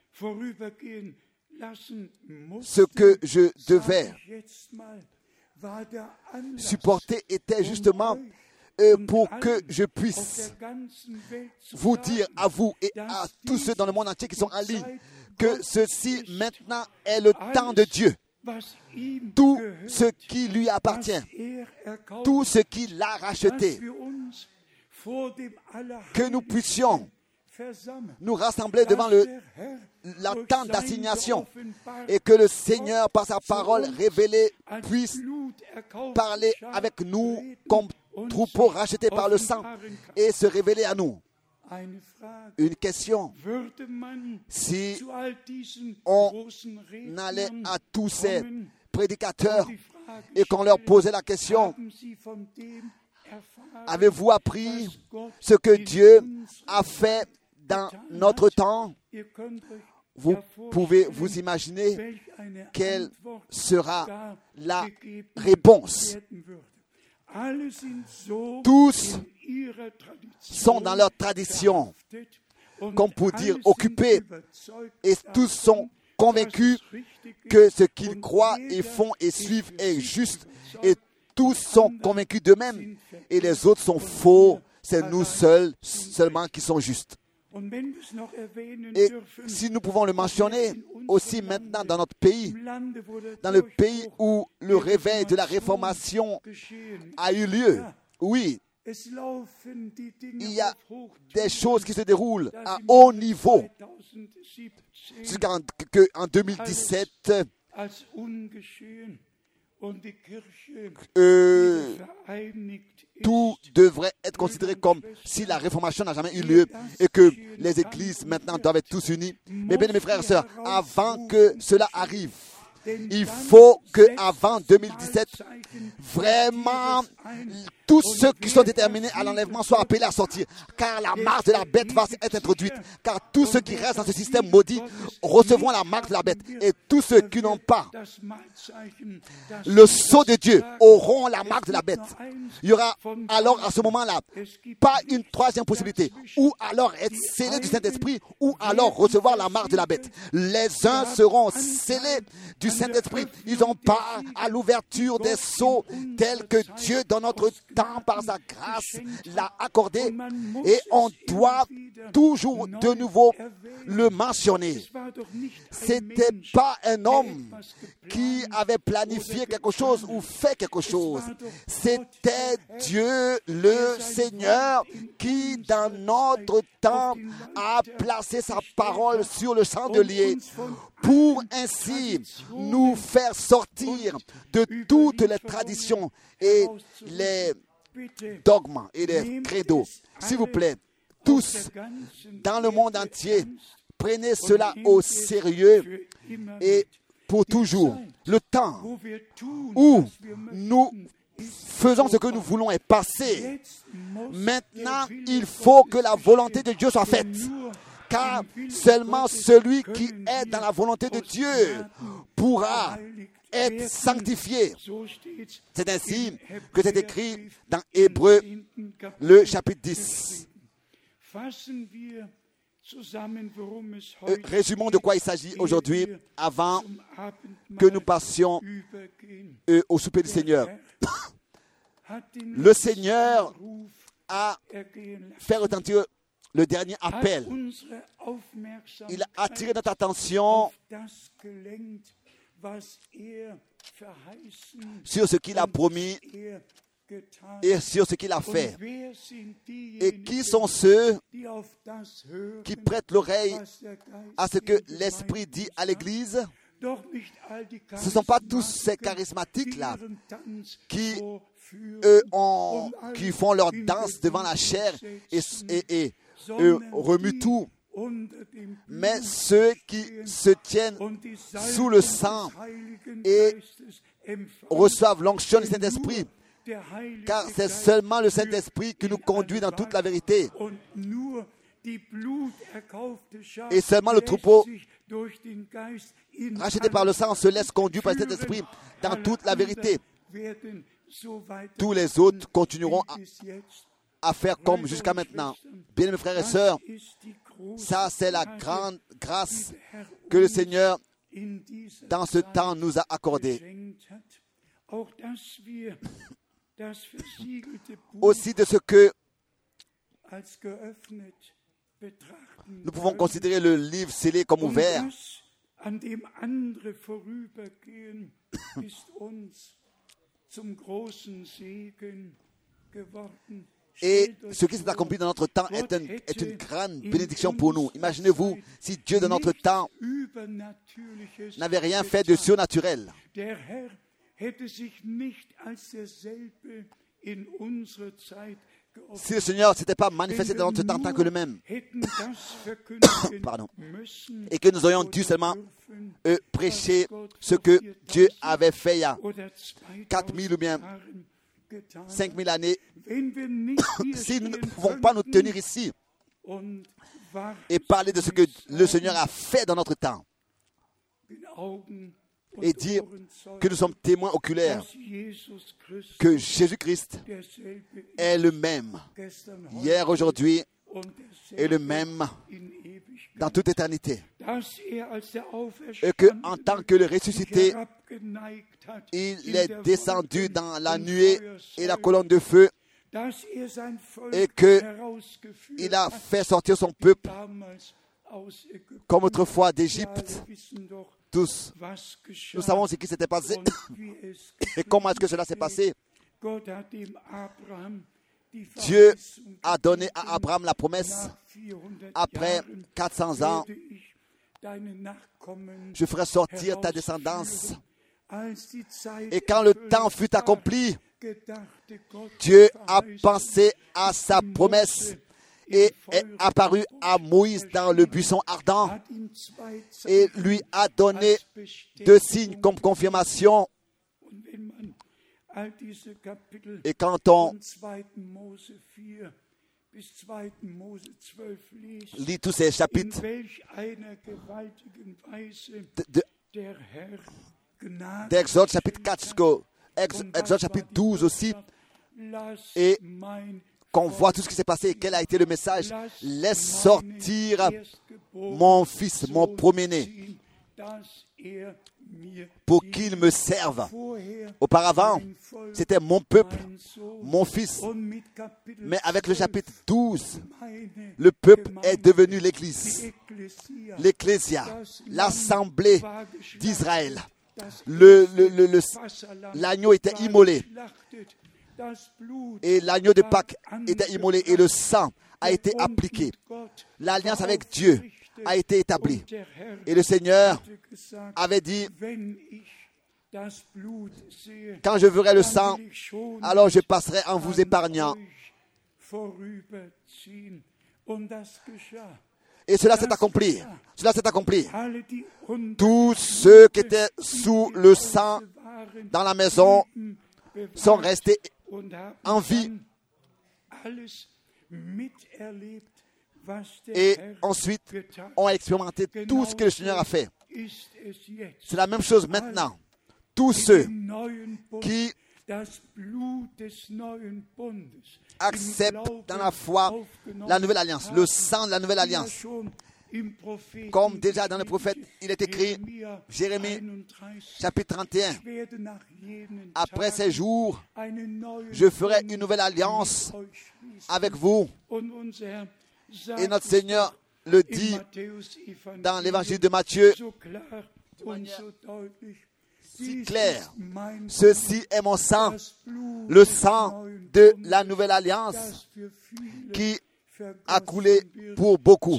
ce que je devais supporter était justement pour que je puisse vous dire à vous et à tous ceux dans le monde entier qui sont en ligne que ceci maintenant est le temps de Dieu. Tout ce qui lui appartient, tout ce qu'il a racheté, que nous puissions nous rassembler devant la tente d'assignation et que le Seigneur, par sa parole révélée, puisse parler avec nous comme troupeau racheté par le sang et se révéler à nous. Une question: si on allait à tous ces prédicateurs et qu'on leur posait la question: avez-vous appris ce que Dieu a fait dans notre temps? Vous pouvez vous imaginer quelle sera la réponse. Tous sont dans leur tradition, comme pour dire occupés, et tous sont convaincus que ce qu'ils croient et font et suivent est juste, et tous sont convaincus d'eux-mêmes, et les autres sont faux. C'est nous seulement qui sommes justes. Et si nous pouvons le mentionner aussi maintenant dans notre pays, dans le pays où le réveil de la Réformation a eu lieu, oui, il y a des choses qui se déroulent à haut niveau. Jusqu'en 2017, tout devrait être considéré comme si la réformation n'a jamais eu lieu et que les églises maintenant doivent être tous unies. Mais bien, mes frères et sœurs, avant que cela arrive, il faut qu'avant 2017, vraiment, tous ceux qui sont déterminés à l'enlèvement soient appelés à sortir. Car la marque de la bête va être introduite. Car tous ceux qui restent dans ce système maudit recevront la marque de la bête. Et tous ceux qui n'ont pas le sceau de Dieu auront la marque de la bête. Il y aura alors à ce moment-là pas une troisième possibilité. Ou alors être scellés du Saint-Esprit, ou alors recevoir la marque de la bête. Les uns seront scellés du Saint-Esprit. Ils ont part à l'ouverture des sceaux tels que Dieu dans notre temps par sa grâce l'a accordé, et on doit toujours de nouveau le mentionner. C'était pas un homme qui avait planifié quelque chose ou fait quelque chose. C'était Dieu le Seigneur qui dans notre temps a placé sa parole sur le chandelier pour ainsi nous faire sortir de toutes les traditions et les dogmes et les credos. S'il vous plaît, tous dans le monde entier, prenez cela au sérieux et pour toujours. Le temps où nous faisons ce que nous voulons est passé. Maintenant, il faut que la volonté de Dieu soit faite. Car seulement celui qui est dans la volonté de Dieu pourra être sanctifié. C'est ainsi que c'est écrit dans Hébreux, le chapitre 10. Résumons de quoi il s'agit aujourd'hui avant que nous passions au souper du Seigneur. Le Seigneur a fait retentir le dernier appel. Il a attiré notre attention sur ce qu'il a promis et sur ce qu'il a fait. Et qui sont ceux qui prêtent l'oreille à ce que l'Esprit dit à l'Église? Ce ne sont pas tous ces charismatiques-là qui font leur danse devant la chair et remuent tout. Mais ceux qui se tiennent sous le sang et reçoivent l'onction du Saint-Esprit, car c'est seulement le Saint-Esprit qui nous conduit dans toute la vérité. Et seulement le troupeau racheté par le sang se laisse conduire par le Saint-Esprit dans toute la vérité. Tous les autres continueront à faire comme jusqu'à maintenant. Bien, mes frères et sœurs, ça c'est la grande grâce que le Seigneur dans ce temps nous a accordée. Aussi de ce que nous pouvons considérer le livre scellé comme ouvert. Et ce qui s'est accompli dans notre temps est une grande bénédiction pour nous. Imaginez-vous si Dieu de notre temps n'avait rien fait de surnaturel. Si le Seigneur ne s'était pas manifesté dans notre temps tant que le même, pardon, et que nous aurions dû seulement prêcher ce que Dieu avait fait il y a 4000 ou bien 5000 années, si nous ne pouvons pas nous tenir ici et parler de ce que le Seigneur a fait dans notre temps et dire que nous sommes témoins oculaires que Jésus-Christ est le même hier, aujourd'hui et le même dans toute éternité, et qu'en tant que le ressuscité, il est descendu dans la nuée et la colonne de feu, et qu'il a fait sortir son peuple comme autrefois d'Égypte. Tous, nous savons ce qui s'était passé et comment est-ce que cela s'est passé. Dieu a donné à Abraham la promesse: après 400 ans, je ferai sortir ta descendance Et quand le temps fut accompli, Dieu a pensé à sa promesse et est apparu à Moïse dans le buisson ardent et lui a donné 2 signes comme confirmation. Et quand on lit tous ces chapitres d'Exode chapitre 4 jusqu'au Exode chapitre 12 aussi, et qu'on voit tout ce qui s'est passé et quel a été le message. Laisse sortir mon fils, mon premier-né, pour qu'il me serve. Auparavant, c'était mon peuple, mon fils. Mais avec le chapitre 12, le peuple est devenu l'Église, l'Ecclésia, l'Assemblée d'Israël. L'agneau était immolé. Et l'agneau de Pâques était immolé et le sang a été appliqué. L'alliance avec Dieu a été établie. Et le Seigneur avait dit, quand je verrai le sang, alors je passerai en vous épargnant. Et cela s'est accompli. Cela s'est accompli. Tous ceux qui étaient sous le sang dans la maison sont restés en vie. Et ensuite, ont expérimenté tout ce que le Seigneur a fait. C'est la même chose maintenant. Tous ceux qui acceptent dans la foi la nouvelle alliance, le sang de la nouvelle alliance. Comme déjà dans le prophète, il est écrit, Jérémie, chapitre 31, « Après ces jours, je ferai une nouvelle alliance avec vous. » Et notre Seigneur le dit dans l'évangile de Matthieu, si clair, « Ceci est mon sang, le sang de la nouvelle alliance qui a coulé pour beaucoup,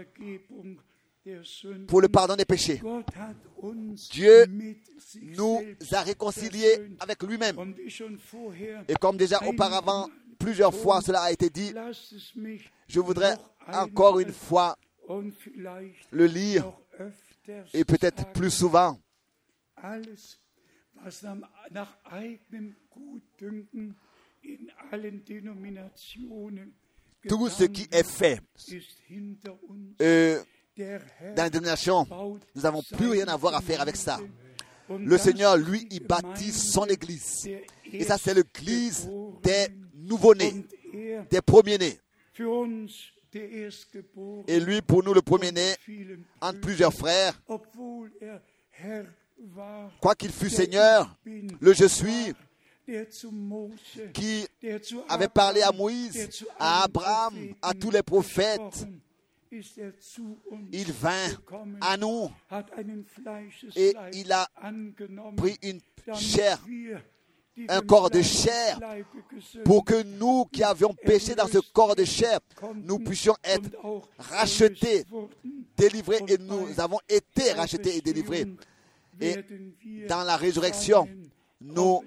pour le pardon des péchés. » Dieu nous a réconciliés avec lui-même. Et comme déjà auparavant, plusieurs fois cela a été dit, je voudrais encore une fois le lire et peut-être plus souvent. Tout ce qui est fait dans la dénomination, nous n'avons plus rien à voir à faire avec ça. Le Seigneur, lui, il bâtit son Église. Et ça, c'est l'Église des nouveau-nés, des premiers-nés. Et lui, pour nous, le premier-né, entre plusieurs frères, quoiqu'il fût Seigneur, le je suis, qui avait parlé à Moïse, à Abraham, à tous les prophètes, il vint à nous et il a pris une chair, un corps de chair, pour que nous qui avions péché dans ce corps de chair, nous puissions être rachetés, délivrés, et nous avons été rachetés et délivrés. Et dans la résurrection, nous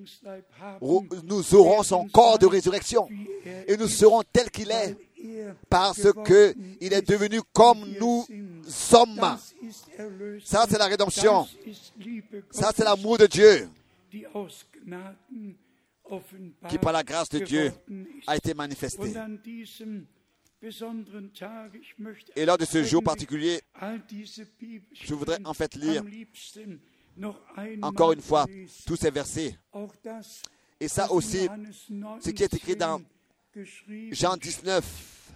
aurons son corps de résurrection et nous serons tels qu'il est parce qu'il est devenu comme nous sommes. Ça, c'est la rédemption. Ça, c'est l'amour de Dieu qui, par la grâce de Dieu, a été manifesté. Et lors de ce jour particulier, je voudrais en fait lire encore une fois tous ces versets. Et ça aussi, ce qui est écrit dans Jean 19,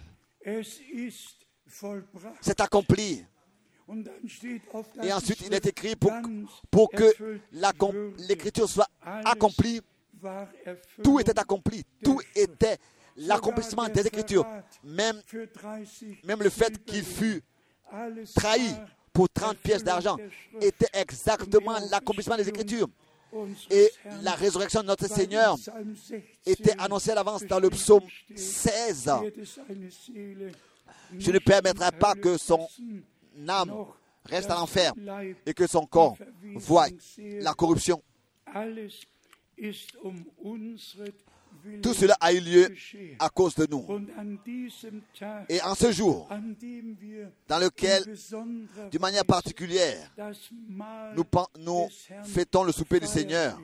c'est accompli. Et ensuite, il est écrit pour que l'écriture soit accomplie. Tout était accompli. Tout était l'accomplissement des Écritures. Même le fait qu'il fut trahi pour 30 pièces d'argent était exactement l'accomplissement des Écritures. Et la résurrection de notre Seigneur était annoncée à l'avance dans le psaume 16. Je ne permettrai pas que son âme reste à l'enfer et que son corps voit la corruption. Tout cela a eu lieu à cause de nous. Et en ce jour, dans lequel, d'une manière particulière, nous fêtons le souper du Seigneur,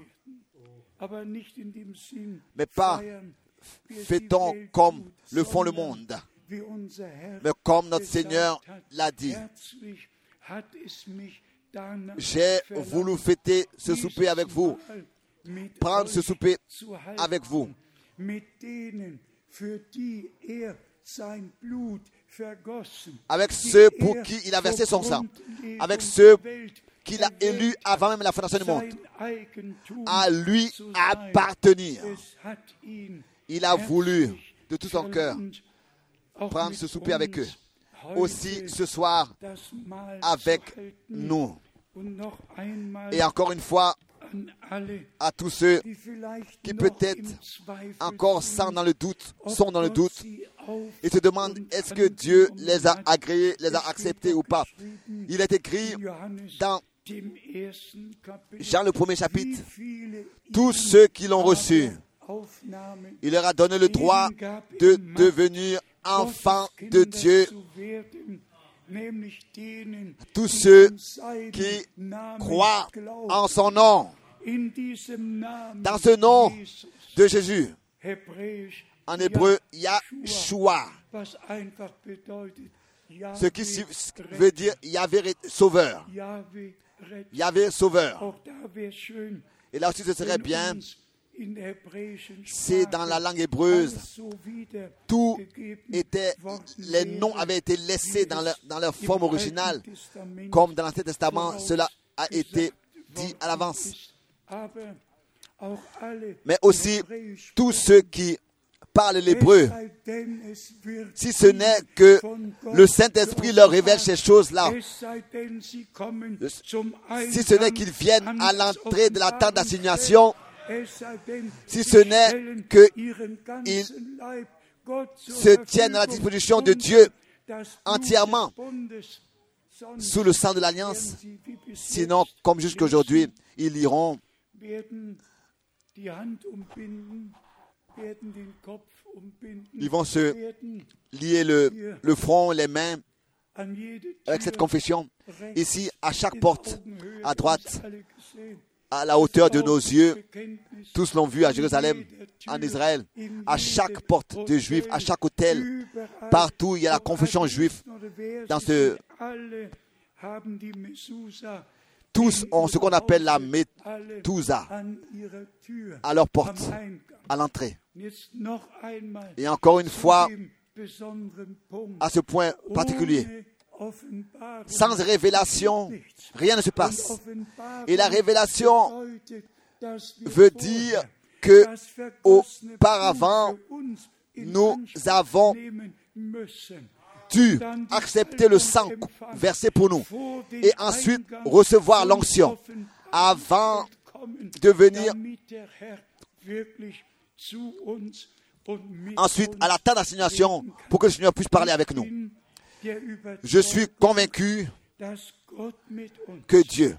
mais pas fêtons comme le font le monde, mais comme notre Seigneur l'a dit. J'ai voulu fêter ce souper avec vous, prendre ce souper avec vous, avec ceux pour qui il a versé son sang, avec ceux qu'il a élus avant même la fondation du monde, à lui appartenir. Il a voulu de tout son cœur prendre ce souper avec eux. Aussi ce soir avec nous. Et encore une fois, à tous ceux qui peut-être encore sont dans le doute et se demandent est-ce que Dieu les a agréés, les a acceptés ou pas. Il est écrit dans Jean le premier chapitre, tous ceux qui l'ont reçu, il leur a donné le droit de devenir enfants de Dieu. Tous ceux qui croient en son nom, dans ce nom de Jésus, en hébreu, Yahshua, ce qui veut dire Yahvé sauveur. Yahvé sauveur. Et là aussi, ce serait bien, c'est dans la langue hébreuse, les noms avaient été laissés dans leur forme originale, comme dans l'Ancien Testament, cela a été dit à l'avance. Mais aussi, tous ceux qui parlent l'hébreu, si ce n'est que le Saint-Esprit leur révèle ces choses-là, si ce n'est qu'ils viennent à l'entrée de la tente d'assignation, si ce n'est qu'ils se tiennent à la disposition de Dieu entièrement sous le sang de l'Alliance, sinon, comme jusqu'à aujourd'hui, ils iront ils vont se lier le front, les mains avec cette confession. Ici, à chaque porte, à droite, à la hauteur de nos yeux, tous l'ont vu à Jérusalem, en Israël, à chaque porte de Juifs, à chaque hôtel, partout il y a la confession juive. Tous ont ce qu'on appelle la Metouza à leur porte, à l'entrée. Et encore une fois, à ce point particulier, sans révélation, rien ne se passe. Et la révélation veut dire que auparavant, nous avons dû accepter le sang versé pour nous et ensuite recevoir l'onction avant de venir ensuite à la tente d'assignation pour que le Seigneur puisse parler avec nous. Je suis convaincu que Dieu,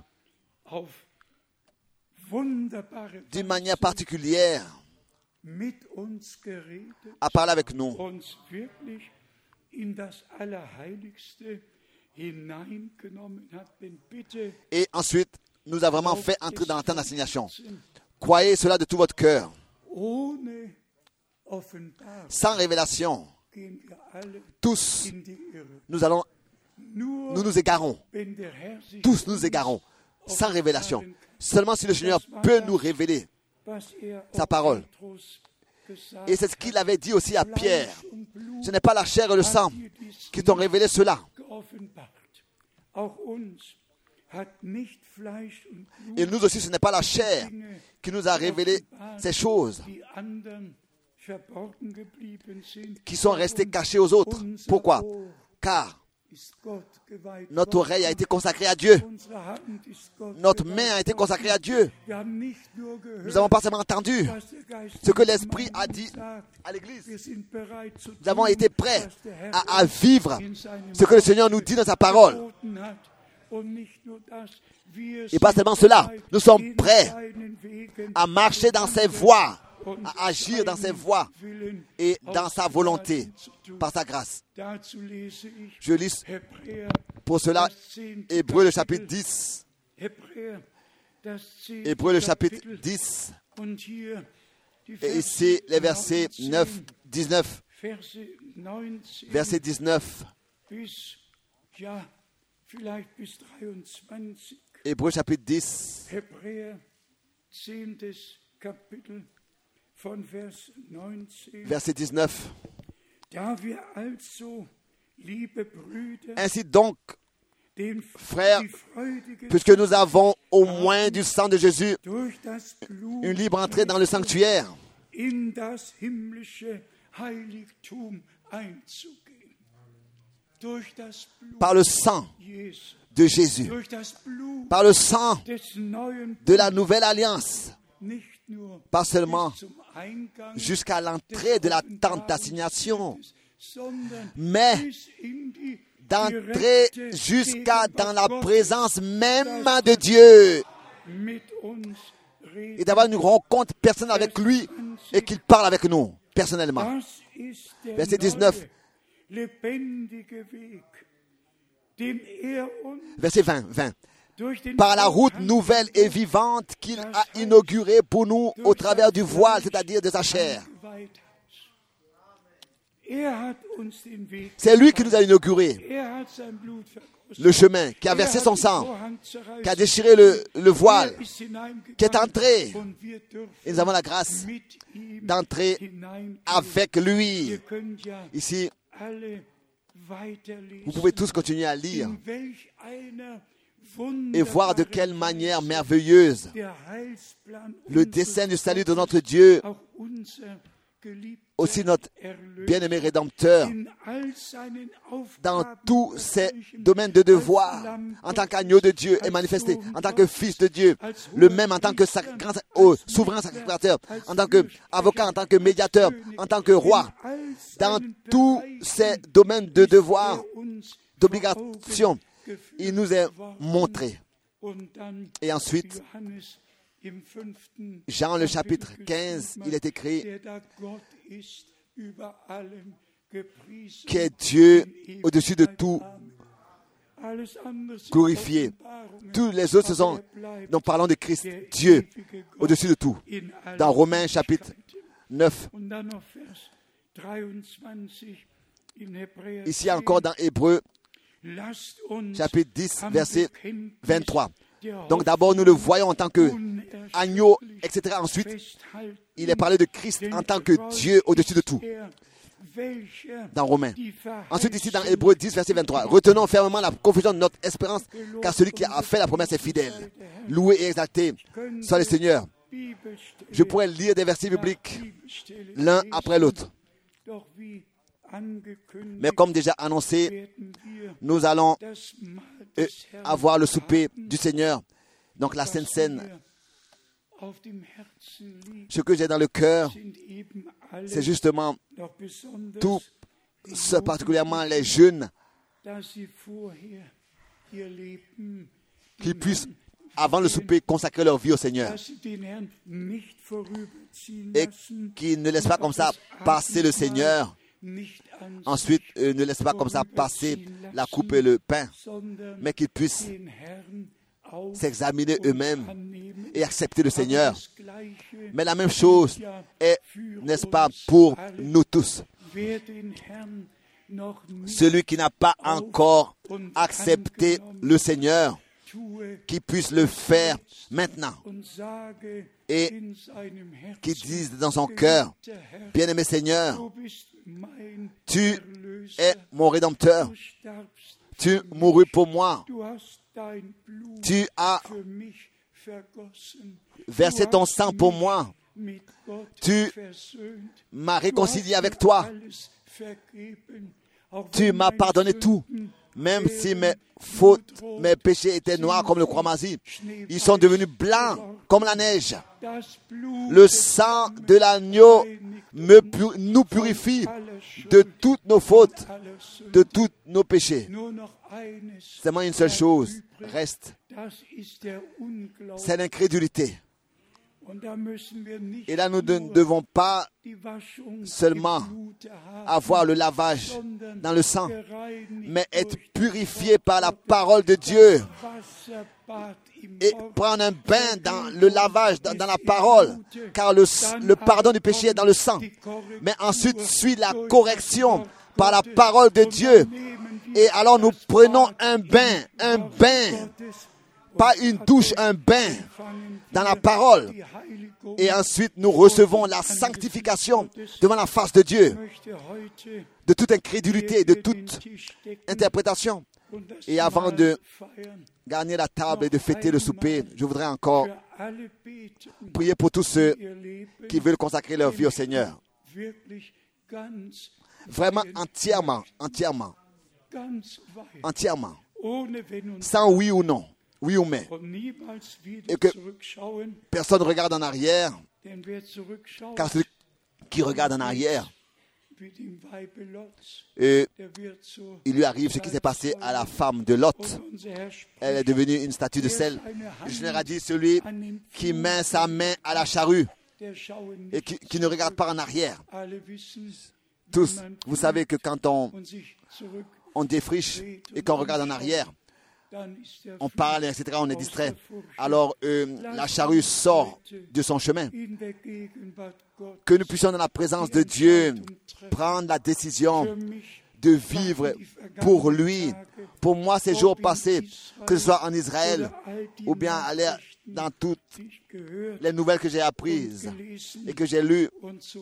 d'une manière particulière, a parlé avec nous et ensuite nous a vraiment fait entrer dans la tente d'assignation. Croyez cela de tout votre cœur. Sans révélation, tous nous nous égarons. Tous nous égarons. Sans révélation. Seulement si le Seigneur peut nous révéler sa parole. Et c'est ce qu'il avait dit aussi à Pierre. Ce n'est pas la chair et le sang qui t'ont révélé cela. Et nous aussi, ce n'est pas la chair qui nous a révélé ces choses qui sont restées cachées aux autres. Pourquoi? Car notre oreille a été consacrée à Dieu. Notre main a été consacrée à Dieu. Nous n'avons pas seulement entendu ce que l'Esprit a dit à l'Église. Nous avons été prêts à vivre ce que le Seigneur nous dit dans sa parole. Et pas seulement cela, nous sommes prêts à marcher dans ses voies, à agir dans ses voies et dans sa volonté, par sa grâce. Je lis pour cela Hébreux le chapitre 10. Hébreux le chapitre 10. Et ici les versets 19. Verset 19. Hébreux chapitre 10. Verset 19. Ainsi donc, frères, puisque nous avons au moins du sang de Jésus une libre entrée dans le sanctuaire, par le sang de Jésus, par le sang de la nouvelle alliance, pas seulement jusqu'à l'entrée de la tente d'assignation, mais d'entrer jusqu'à dans la présence même de Dieu et d'avoir une rencontre personnelle avec lui et qu'il parle avec nous personnellement. Verset 19. Verset 20. Par la route nouvelle et vivante qu'il a inaugurée pour nous au travers du voile, c'est-à-dire de sa chair. C'est lui qui nous a inauguré le chemin, qui a versé son sang, qui a déchiré le voile, qui est entré. Et nous avons la grâce d'entrer avec lui. Ici, vous pouvez tous continuer à lire et voir de quelle manière merveilleuse le dessein du salut de notre Dieu, aussi notre bien-aimé Rédempteur, dans tous ses domaines de devoir, en tant qu'agneau de Dieu, est manifesté, en tant que fils de Dieu, le même en tant que souverain sacrificateur, en tant qu'avocat, en tant que médiateur, en tant que roi, dans tous ces domaines de devoir, d'obligation, il nous est montré. Et ensuite, Jean le chapitre 15, il est écrit qui est Dieu au-dessus de tout, glorifié. Tous les autres nous parlons de Christ, Dieu au-dessus de tout. Dans Romains chapitre 9, ici encore dans Hébreux chapitre 10, verset 23. Donc d'abord, nous le voyons en tant qu'agneau, etc. Ensuite, il est parlé de Christ en tant que Dieu au-dessus de tout. Dans Romains. Ensuite, ici dans Hébreux 10, verset 23. Retenons fermement la confession de notre espérance, car celui qui a fait la promesse est fidèle. Loué et exalté soit le Seigneur. Je pourrais lire des versets bibliques l'un après l'autre. Mais comme déjà annoncé, nous allons avoir le souper du Seigneur, donc la Sainte Seine. Ce que j'ai dans le cœur, c'est justement tout, particulièrement les jeunes, qui puissent, avant le souper, consacrer leur vie au Seigneur et qui ne laissent pas comme ça passer le Seigneur. Ensuite, ne laissent pas comme ça passer la coupe et le pain, mais qu'ils puissent s'examiner eux-mêmes et accepter le Seigneur. Mais la même chose est, n'est-ce pas, pour nous tous. Celui qui n'a pas encore accepté le Seigneur, qui puisse le faire maintenant et qui dise dans son cœur, bien-aimé Seigneur, tu es mon Rédempteur, tu mourus pour moi, tu as versé ton sang pour moi, tu m'as réconcilié avec toi, tu m'as pardonné tout, même si mes fautes, mes péchés étaient noirs comme le cramoisi, ils sont devenus blancs comme la neige. Le sang de l'agneau nous purifie de toutes nos fautes, de tous nos péchés. Seulement une seule chose reste, c'est l'incrédulité. Et là, nous ne devons pas seulement avoir le lavage dans le sang, mais être purifiés par la parole de Dieu et prendre un bain dans le lavage, dans la parole, car le pardon du péché est dans le sang. Mais ensuite suit la correction par la parole de Dieu. Et alors nous prenons un bain, pas une douche, un bain dans la parole. Et ensuite nous recevons la sanctification devant la face de Dieu, de toute incrédulité, de toute interprétation. Et avant de gagner la table et de fêter le souper, je voudrais encore prier pour tous ceux qui veulent consacrer leur vie au Seigneur. Vraiment entièrement. Sans oui ou non, oui ou mais. Et que personne ne regarde en arrière, car celui qui regarde en arrière, et il lui arrive ce qui s'est passé à la femme de Lot. Elle est devenue une statue de sel. Le Seigneur a dit, celui qui met sa main à la charrue et qui ne regarde pas en arrière. Tous, vous savez que quand on défriche et qu'on regarde en arrière, on parle, etc., on est distrait. Alors, la charrue sort de son chemin. Que nous puissions, dans la présence de Dieu, prendre la décision de vivre pour lui. Pour moi, ces jours passés, que ce soit en Israël ou bien aller dans toutes les nouvelles que j'ai apprises et que j'ai lues,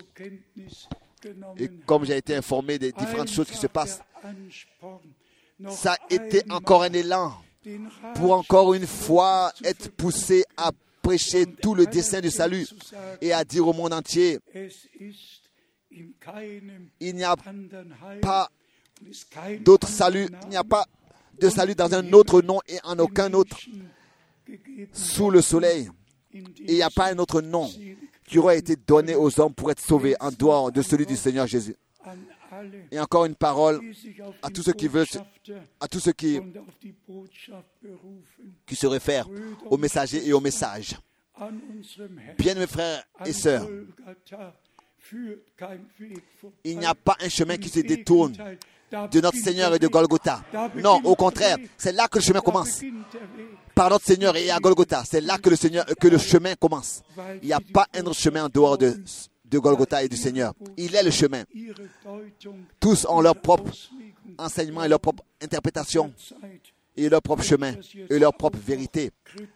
et comme j'ai été informé des différentes choses qui se passent, ça a été encore un élan pour encore une fois être poussé à prêcher tout le dessein du salut et à dire au monde entier, il n'y a pas d'autre salut, il n'y a pas de salut dans un autre nom et en aucun autre sous le soleil. Et il n'y a pas un autre nom qui aurait été donné aux hommes pour être sauvés en dehors de celui du Seigneur Jésus. Et encore une parole à tous ceux qui veulent, à tous ceux qui se réfèrent aux messagers et aux messages. Bien mes frères et sœurs, il n'y a pas un chemin qui se détourne de notre Seigneur et de Golgotha. Non, au contraire, c'est là que le chemin commence. Par notre Seigneur et à Golgotha, c'est là que le chemin commence. Il n'y a pas un autre chemin en dehors de Golgotha et du Seigneur. Il est le chemin. Tous ont leur propre enseignement et leur propre interprétation et leur propre chemin et leur propre vérité.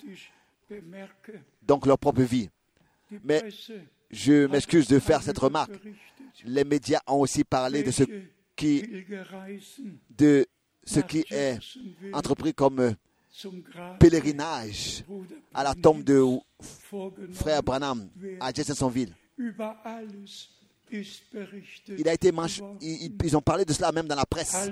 Donc leur propre vie. Mais je m'excuse de faire cette remarque. Les médias ont aussi parlé de ce qui est entrepris comme pèlerinage à la tombe de frère Branham à Jeffersonville. Il a été ils ont parlé de cela même dans la presse.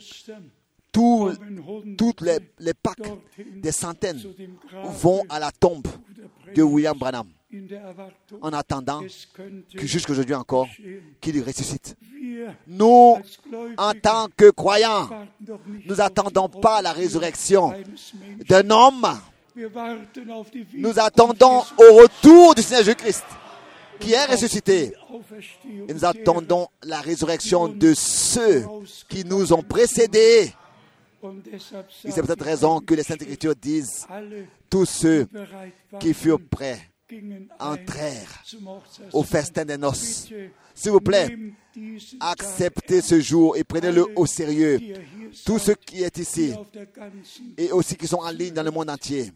Toutes les Pâques, des centaines, vont à la tombe de William Branham en attendant que jusqu'aujourd'hui encore, qu'il ressuscite. Nous, en tant que croyants, nous n'attendons pas la résurrection d'un homme. Nous attendons au retour du Seigneur Jésus-Christ, qui est ressuscité. Et nous attendons la résurrection de ceux qui nous ont précédés. Et c'est pour cette raison que les Saintes Écritures disent, tous ceux qui furent prêts entrèrent au festin des noces. S'il vous plaît, acceptez ce jour et prenez-le au sérieux. Tous ceux qui sont ici et aussi qui sont en ligne dans le monde entier,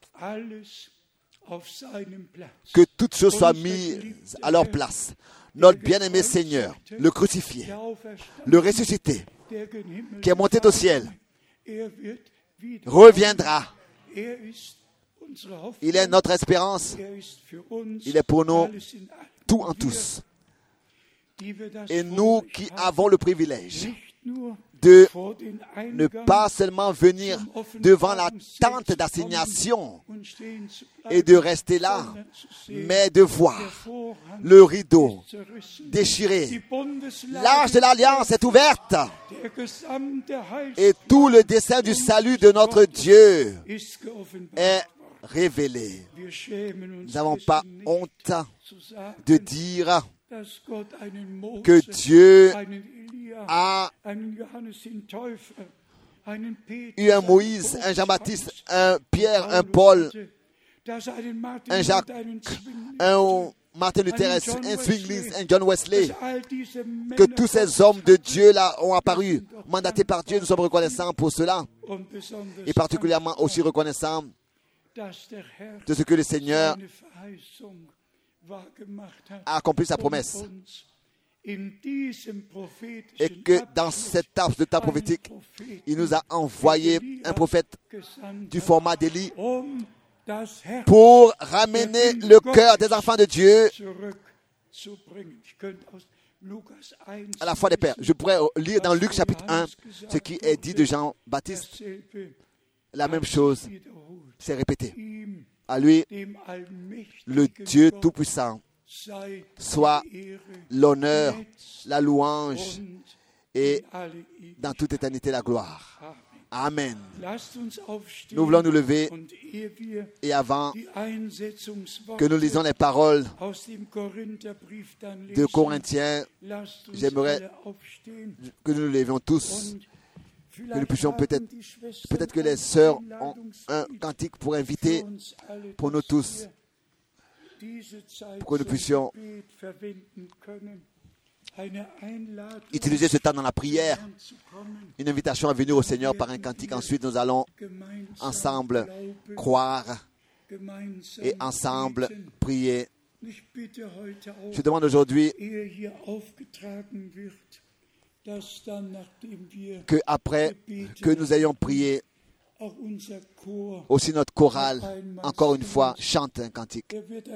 que toutes choses soient mises à leur place. Notre bien-aimé Seigneur, le crucifié, le ressuscité, qui est monté au ciel, reviendra. Il est notre espérance. Il est pour nous tout en tous. Et nous qui avons le privilège de ne pas seulement venir devant la tente d'assignation et de rester là, mais de voir le rideau déchiré. L'arche de l'Alliance est ouverte et tout le dessein du salut de notre Dieu est révélé. Nous n'avons pas honte de dire que Dieu a eu un Moïse, un Jean-Baptiste, un Pierre, un Paul, un Jacques, un Martin Luther, un Zwingli, un John Wesley, que tous ces hommes de Dieu là ont apparu, mandatés par Dieu. Nous sommes reconnaissants pour cela et particulièrement aussi reconnaissants de ce que le Seigneur a accompli sa promesse. Et que dans cette table de temps prophétique, il nous a envoyé un prophète du format d'Élie pour ramener le cœur des enfants de Dieu à la foi des pères. Je pourrais lire dans Luc chapitre 1 ce qui est dit de Jean-Baptiste. La même chose s'est répétée. À lui, le Dieu Tout-Puissant, soit l'honneur, la louange et dans toute éternité la gloire. Amen. Nous voulons nous lever et avant que nous lisons les paroles de Corinthiens, j'aimerais que nous nous levions tous, que nous puissions peut-être que les sœurs ont un cantique pour inviter pour nous tous, pour que nous puissions utiliser ce temps dans la prière, une invitation à venir au Seigneur par un cantique. Ensuite, nous allons ensemble croire et ensemble prier. Je demande aujourd'hui que après que nous ayons prié, aussi notre chorale, encore une fois, chante un cantique.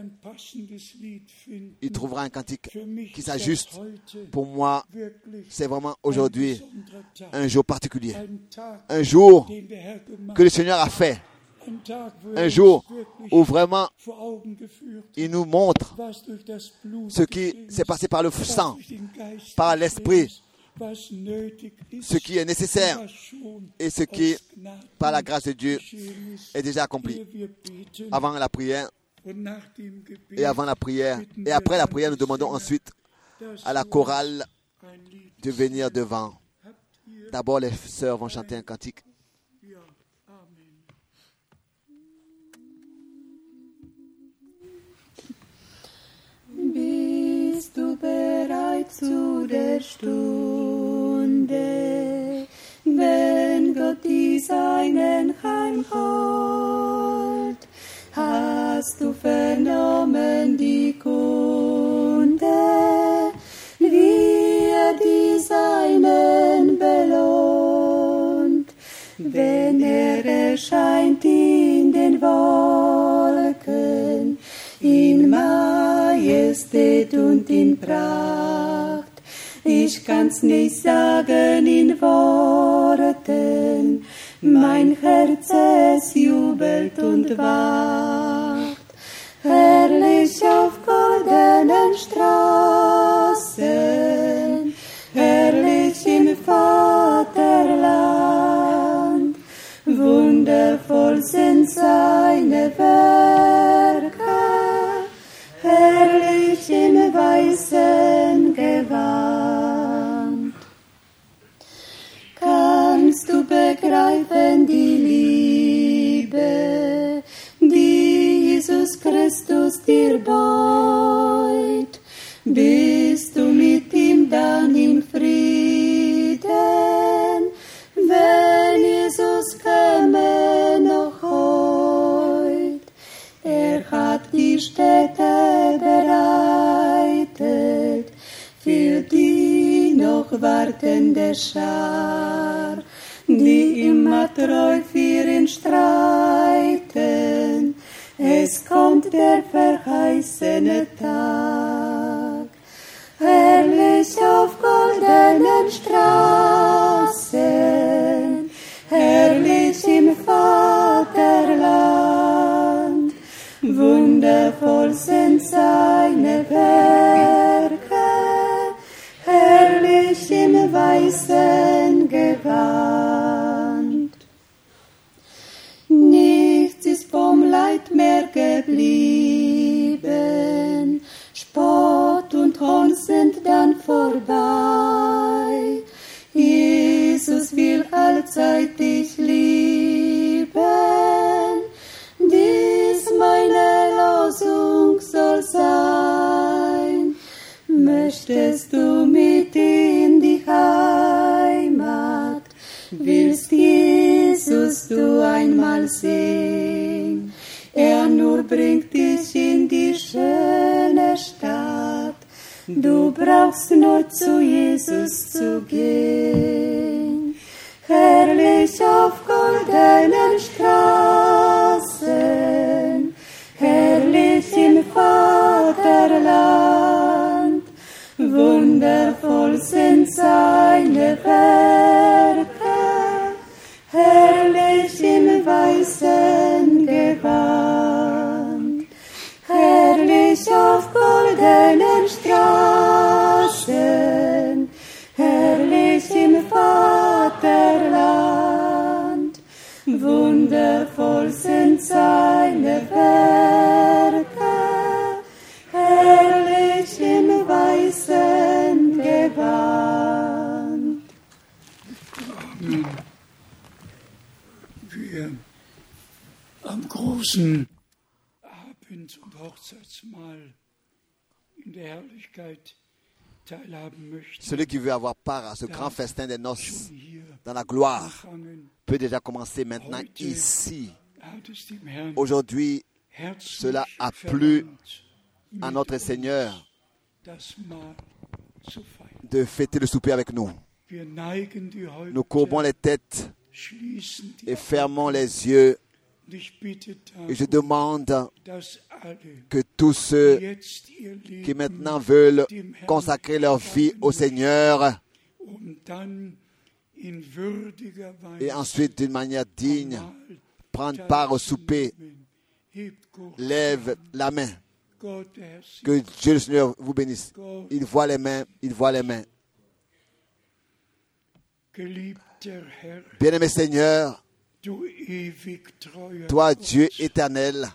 Il trouvera un cantique qui s'ajuste. Pour moi, c'est vraiment aujourd'hui un jour particulier. Un jour que le Seigneur a fait. Un jour où vraiment il nous montre ce qui s'est passé par le sang, par l'Esprit, ce qui est nécessaire et ce qui, par la grâce de Dieu, est déjà accompli. Avant la prière et avant la prière et après la prière, nous demandons ensuite à la chorale de venir devant. D'abord, les sœurs vont chanter un cantique. Bist du bereit zu der Stunde, wenn Gott die Seinen heimholt? Hast du vernommen die Kunde, wie die Seinen belohnt, wenn erscheint in den Wolken, in Majestät und in Pracht. Ich kann's nicht sagen in Worten, mein Herz es jubelt und wacht. Herrlich auf goldenen Straßen, herrlich im Vaterland, wundervoll sind seine Werke, herrlich im weißen Gewand. Kannst du begreifen die Liebe, die Jesus Christus dir beut? Bist du mit ihm dann im Frieden, wenn Jesus käme noch heut? Er hat die Städte bereitet für die noch wartende Schar, die immer treu für ihn streiten. Es kommt der verheißene Tag. Herrlich auf goldenen Straßen, Wundervoll sind seine Werke, herrlich im weißen Gewand. Nichts ist vom Leid mehr geblieben, Spott und Hohn sind dann vorbei. Jesus will allzeit dich lieben, dies meine Losung soll sein. Möchtest du mit in die Heimat, willst Jesus du einmal sehen? Er nur bringt dich in die schöne Stadt, du brauchst nur zu Jesus zu gehen. Herrlich auf goldenen Straßen, herrlich im Vaterland, wundervoll sind seine Werke, herrlich im weißen Gewand, herrlich auf goldenen Straßen, herrlich im Vaterland, wundervoll sind seine Werke, herrlich im weißen Gewand. Amen. Wir am großen Abend- und Hochzeitsmahl in der Herrlichkeit teilhaben möchten. Celui qui veut avoir part à ce grand festin des noces dans la gloire peut déjà commencer maintenant ici. Aujourd'hui, cela a plu à notre Seigneur de fêter le souper avec nous. Nous courbons les têtes et fermons les yeux. Et je demande que tous ceux qui maintenant veulent consacrer leur vie au Seigneur et ensuite d'une manière digne prendre part au souper, lèvent la main. Que Dieu le Seigneur vous bénisse. Il voit les mains, il voit les mains. Bien-aimé Seigneur, toi, Dieu éternel,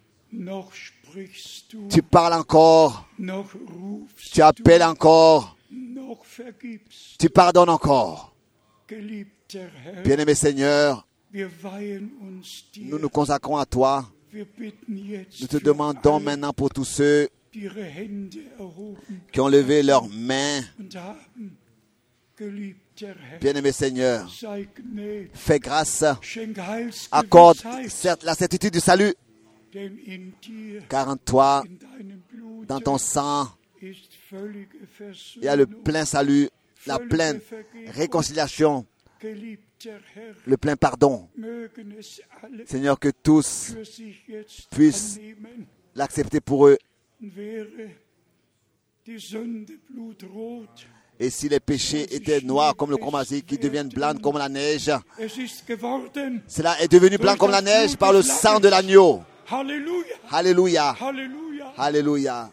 tu parles encore, tu appelles encore, tu pardonnes encore. Bien-aimé Seigneur, nous nous consacrons à toi. Nous te demandons maintenant pour tous ceux qui ont levé leurs mains. Bien-aimé Seigneur, fais grâce, accorde la certitude du salut, car en toi, dans ton sang, il y a le plein salut, la pleine réconciliation, le plein pardon. Seigneur, que tous puissent l'accepter pour eux. Et si les péchés étaient noirs comme le chromatique, qu'ils deviennent blancs comme la neige, cela est devenu blanc comme la neige par le sang de l'agneau. Alléluia. Alléluia.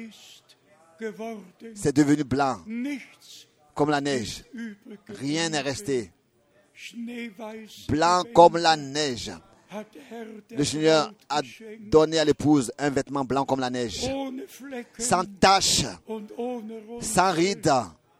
C'est devenu blanc comme la neige. Rien n'est resté. Blanc comme la neige. Le Seigneur a donné à l'épouse un vêtement blanc comme la neige, sans tache, sans ride,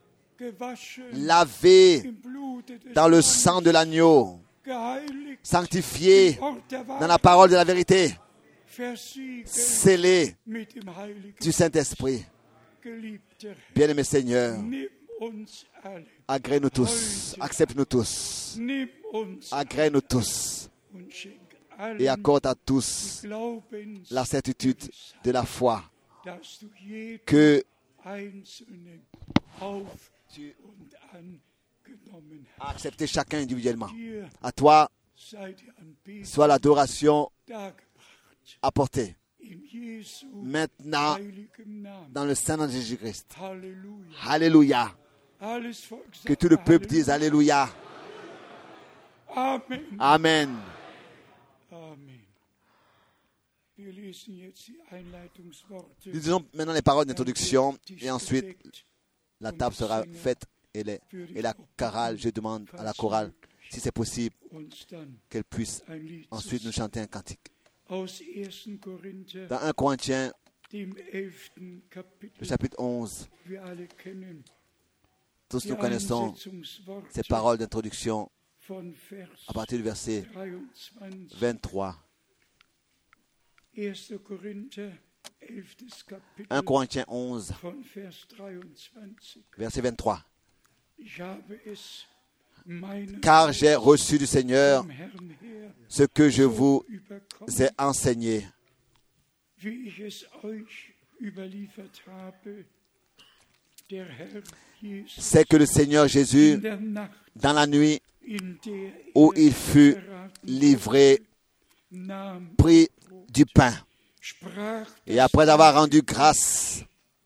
lavé dans le sang de l'agneau, sanctifié dans la parole de la vérité, scellé du Saint-Esprit. Bien-aimé Seigneur, agrée-nous tous, accepte-nous tous, agrée-nous tous et accorde à tous la certitude de la foi que tu as accepté chacun individuellement. À toi soit l'adoration apportée maintenant dans le Saint-Nom de Jésus-Christ. Alléluia. Que tout le peuple dise Alléluia. Amen. Amen. Wir lesen jetzt die Einleitungsworte. Nous disons maintenant les paroles d'introduction et ensuite la table sera faite et la chorale, je demande à la chorale, si c'est possible, qu'elle puisse ensuite nous chanter un cantique. Aus 1. Korinther, Dans 1 Corinthiens, dem 11. Kapitel, le chapitre 11, wir alle kennen tous die nous connaissons Einsetzungsworte ces paroles d'introduction von Vers à partir du verset 23. 23. 1. Korinther, 11. Kapitel, 1 Corinthiens 11, von Vers 23. verset 23. Ich habe es meinem Car j'ai reçu du Seigneur vom Herrn her ce que je vous überkommen, ai enseigné, wie ich es euch überliefert habe. Der Herr Jesus c'est que le Seigneur Jésus, in der Nacht, dans la nuit in der où il fut verraten livré, nahm, prit du pain, sprach et après avoir rendu grâce,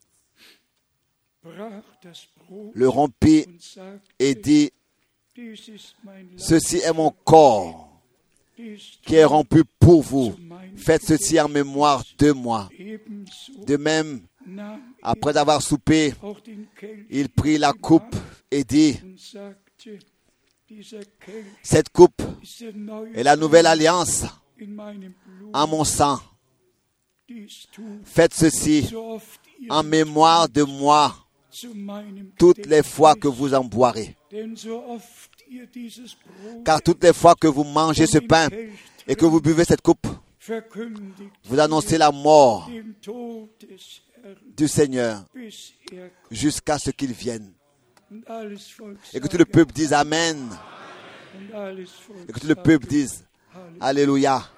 brach das Brot le rompit und sagte, et dit, dies ist mein Leib, ceci est mon corps dies qui est rompu pour vous. zu meinem Faites ceci en mémoire de moi. ebenso De même, nahm après avoir soupé, auch den Kelch il prit la coupe et dit, und sagte, dieser Kelch cette coupe ist der neue est la nouvelle alliance in meinem Blut, en mon sang. dies tut, Faites ceci so oft ihr en mémoire de moi zu meinem toutes les fois que Gedächtnis, vous en boirez. denn so oft ihr dieses Brot Car toutes les fois que vous mangez ce pain et que vous buvez cette coupe, verkündigt vous annoncez la mort den Tod des Herrn, du Seigneur bis er kommt. jusqu'à ce qu'il vienne. Und alles Volk Et que tout le sage, peuple dise Amen. und alles Volk Et que tout le peuple sage, dise Halleluja. Alléluia.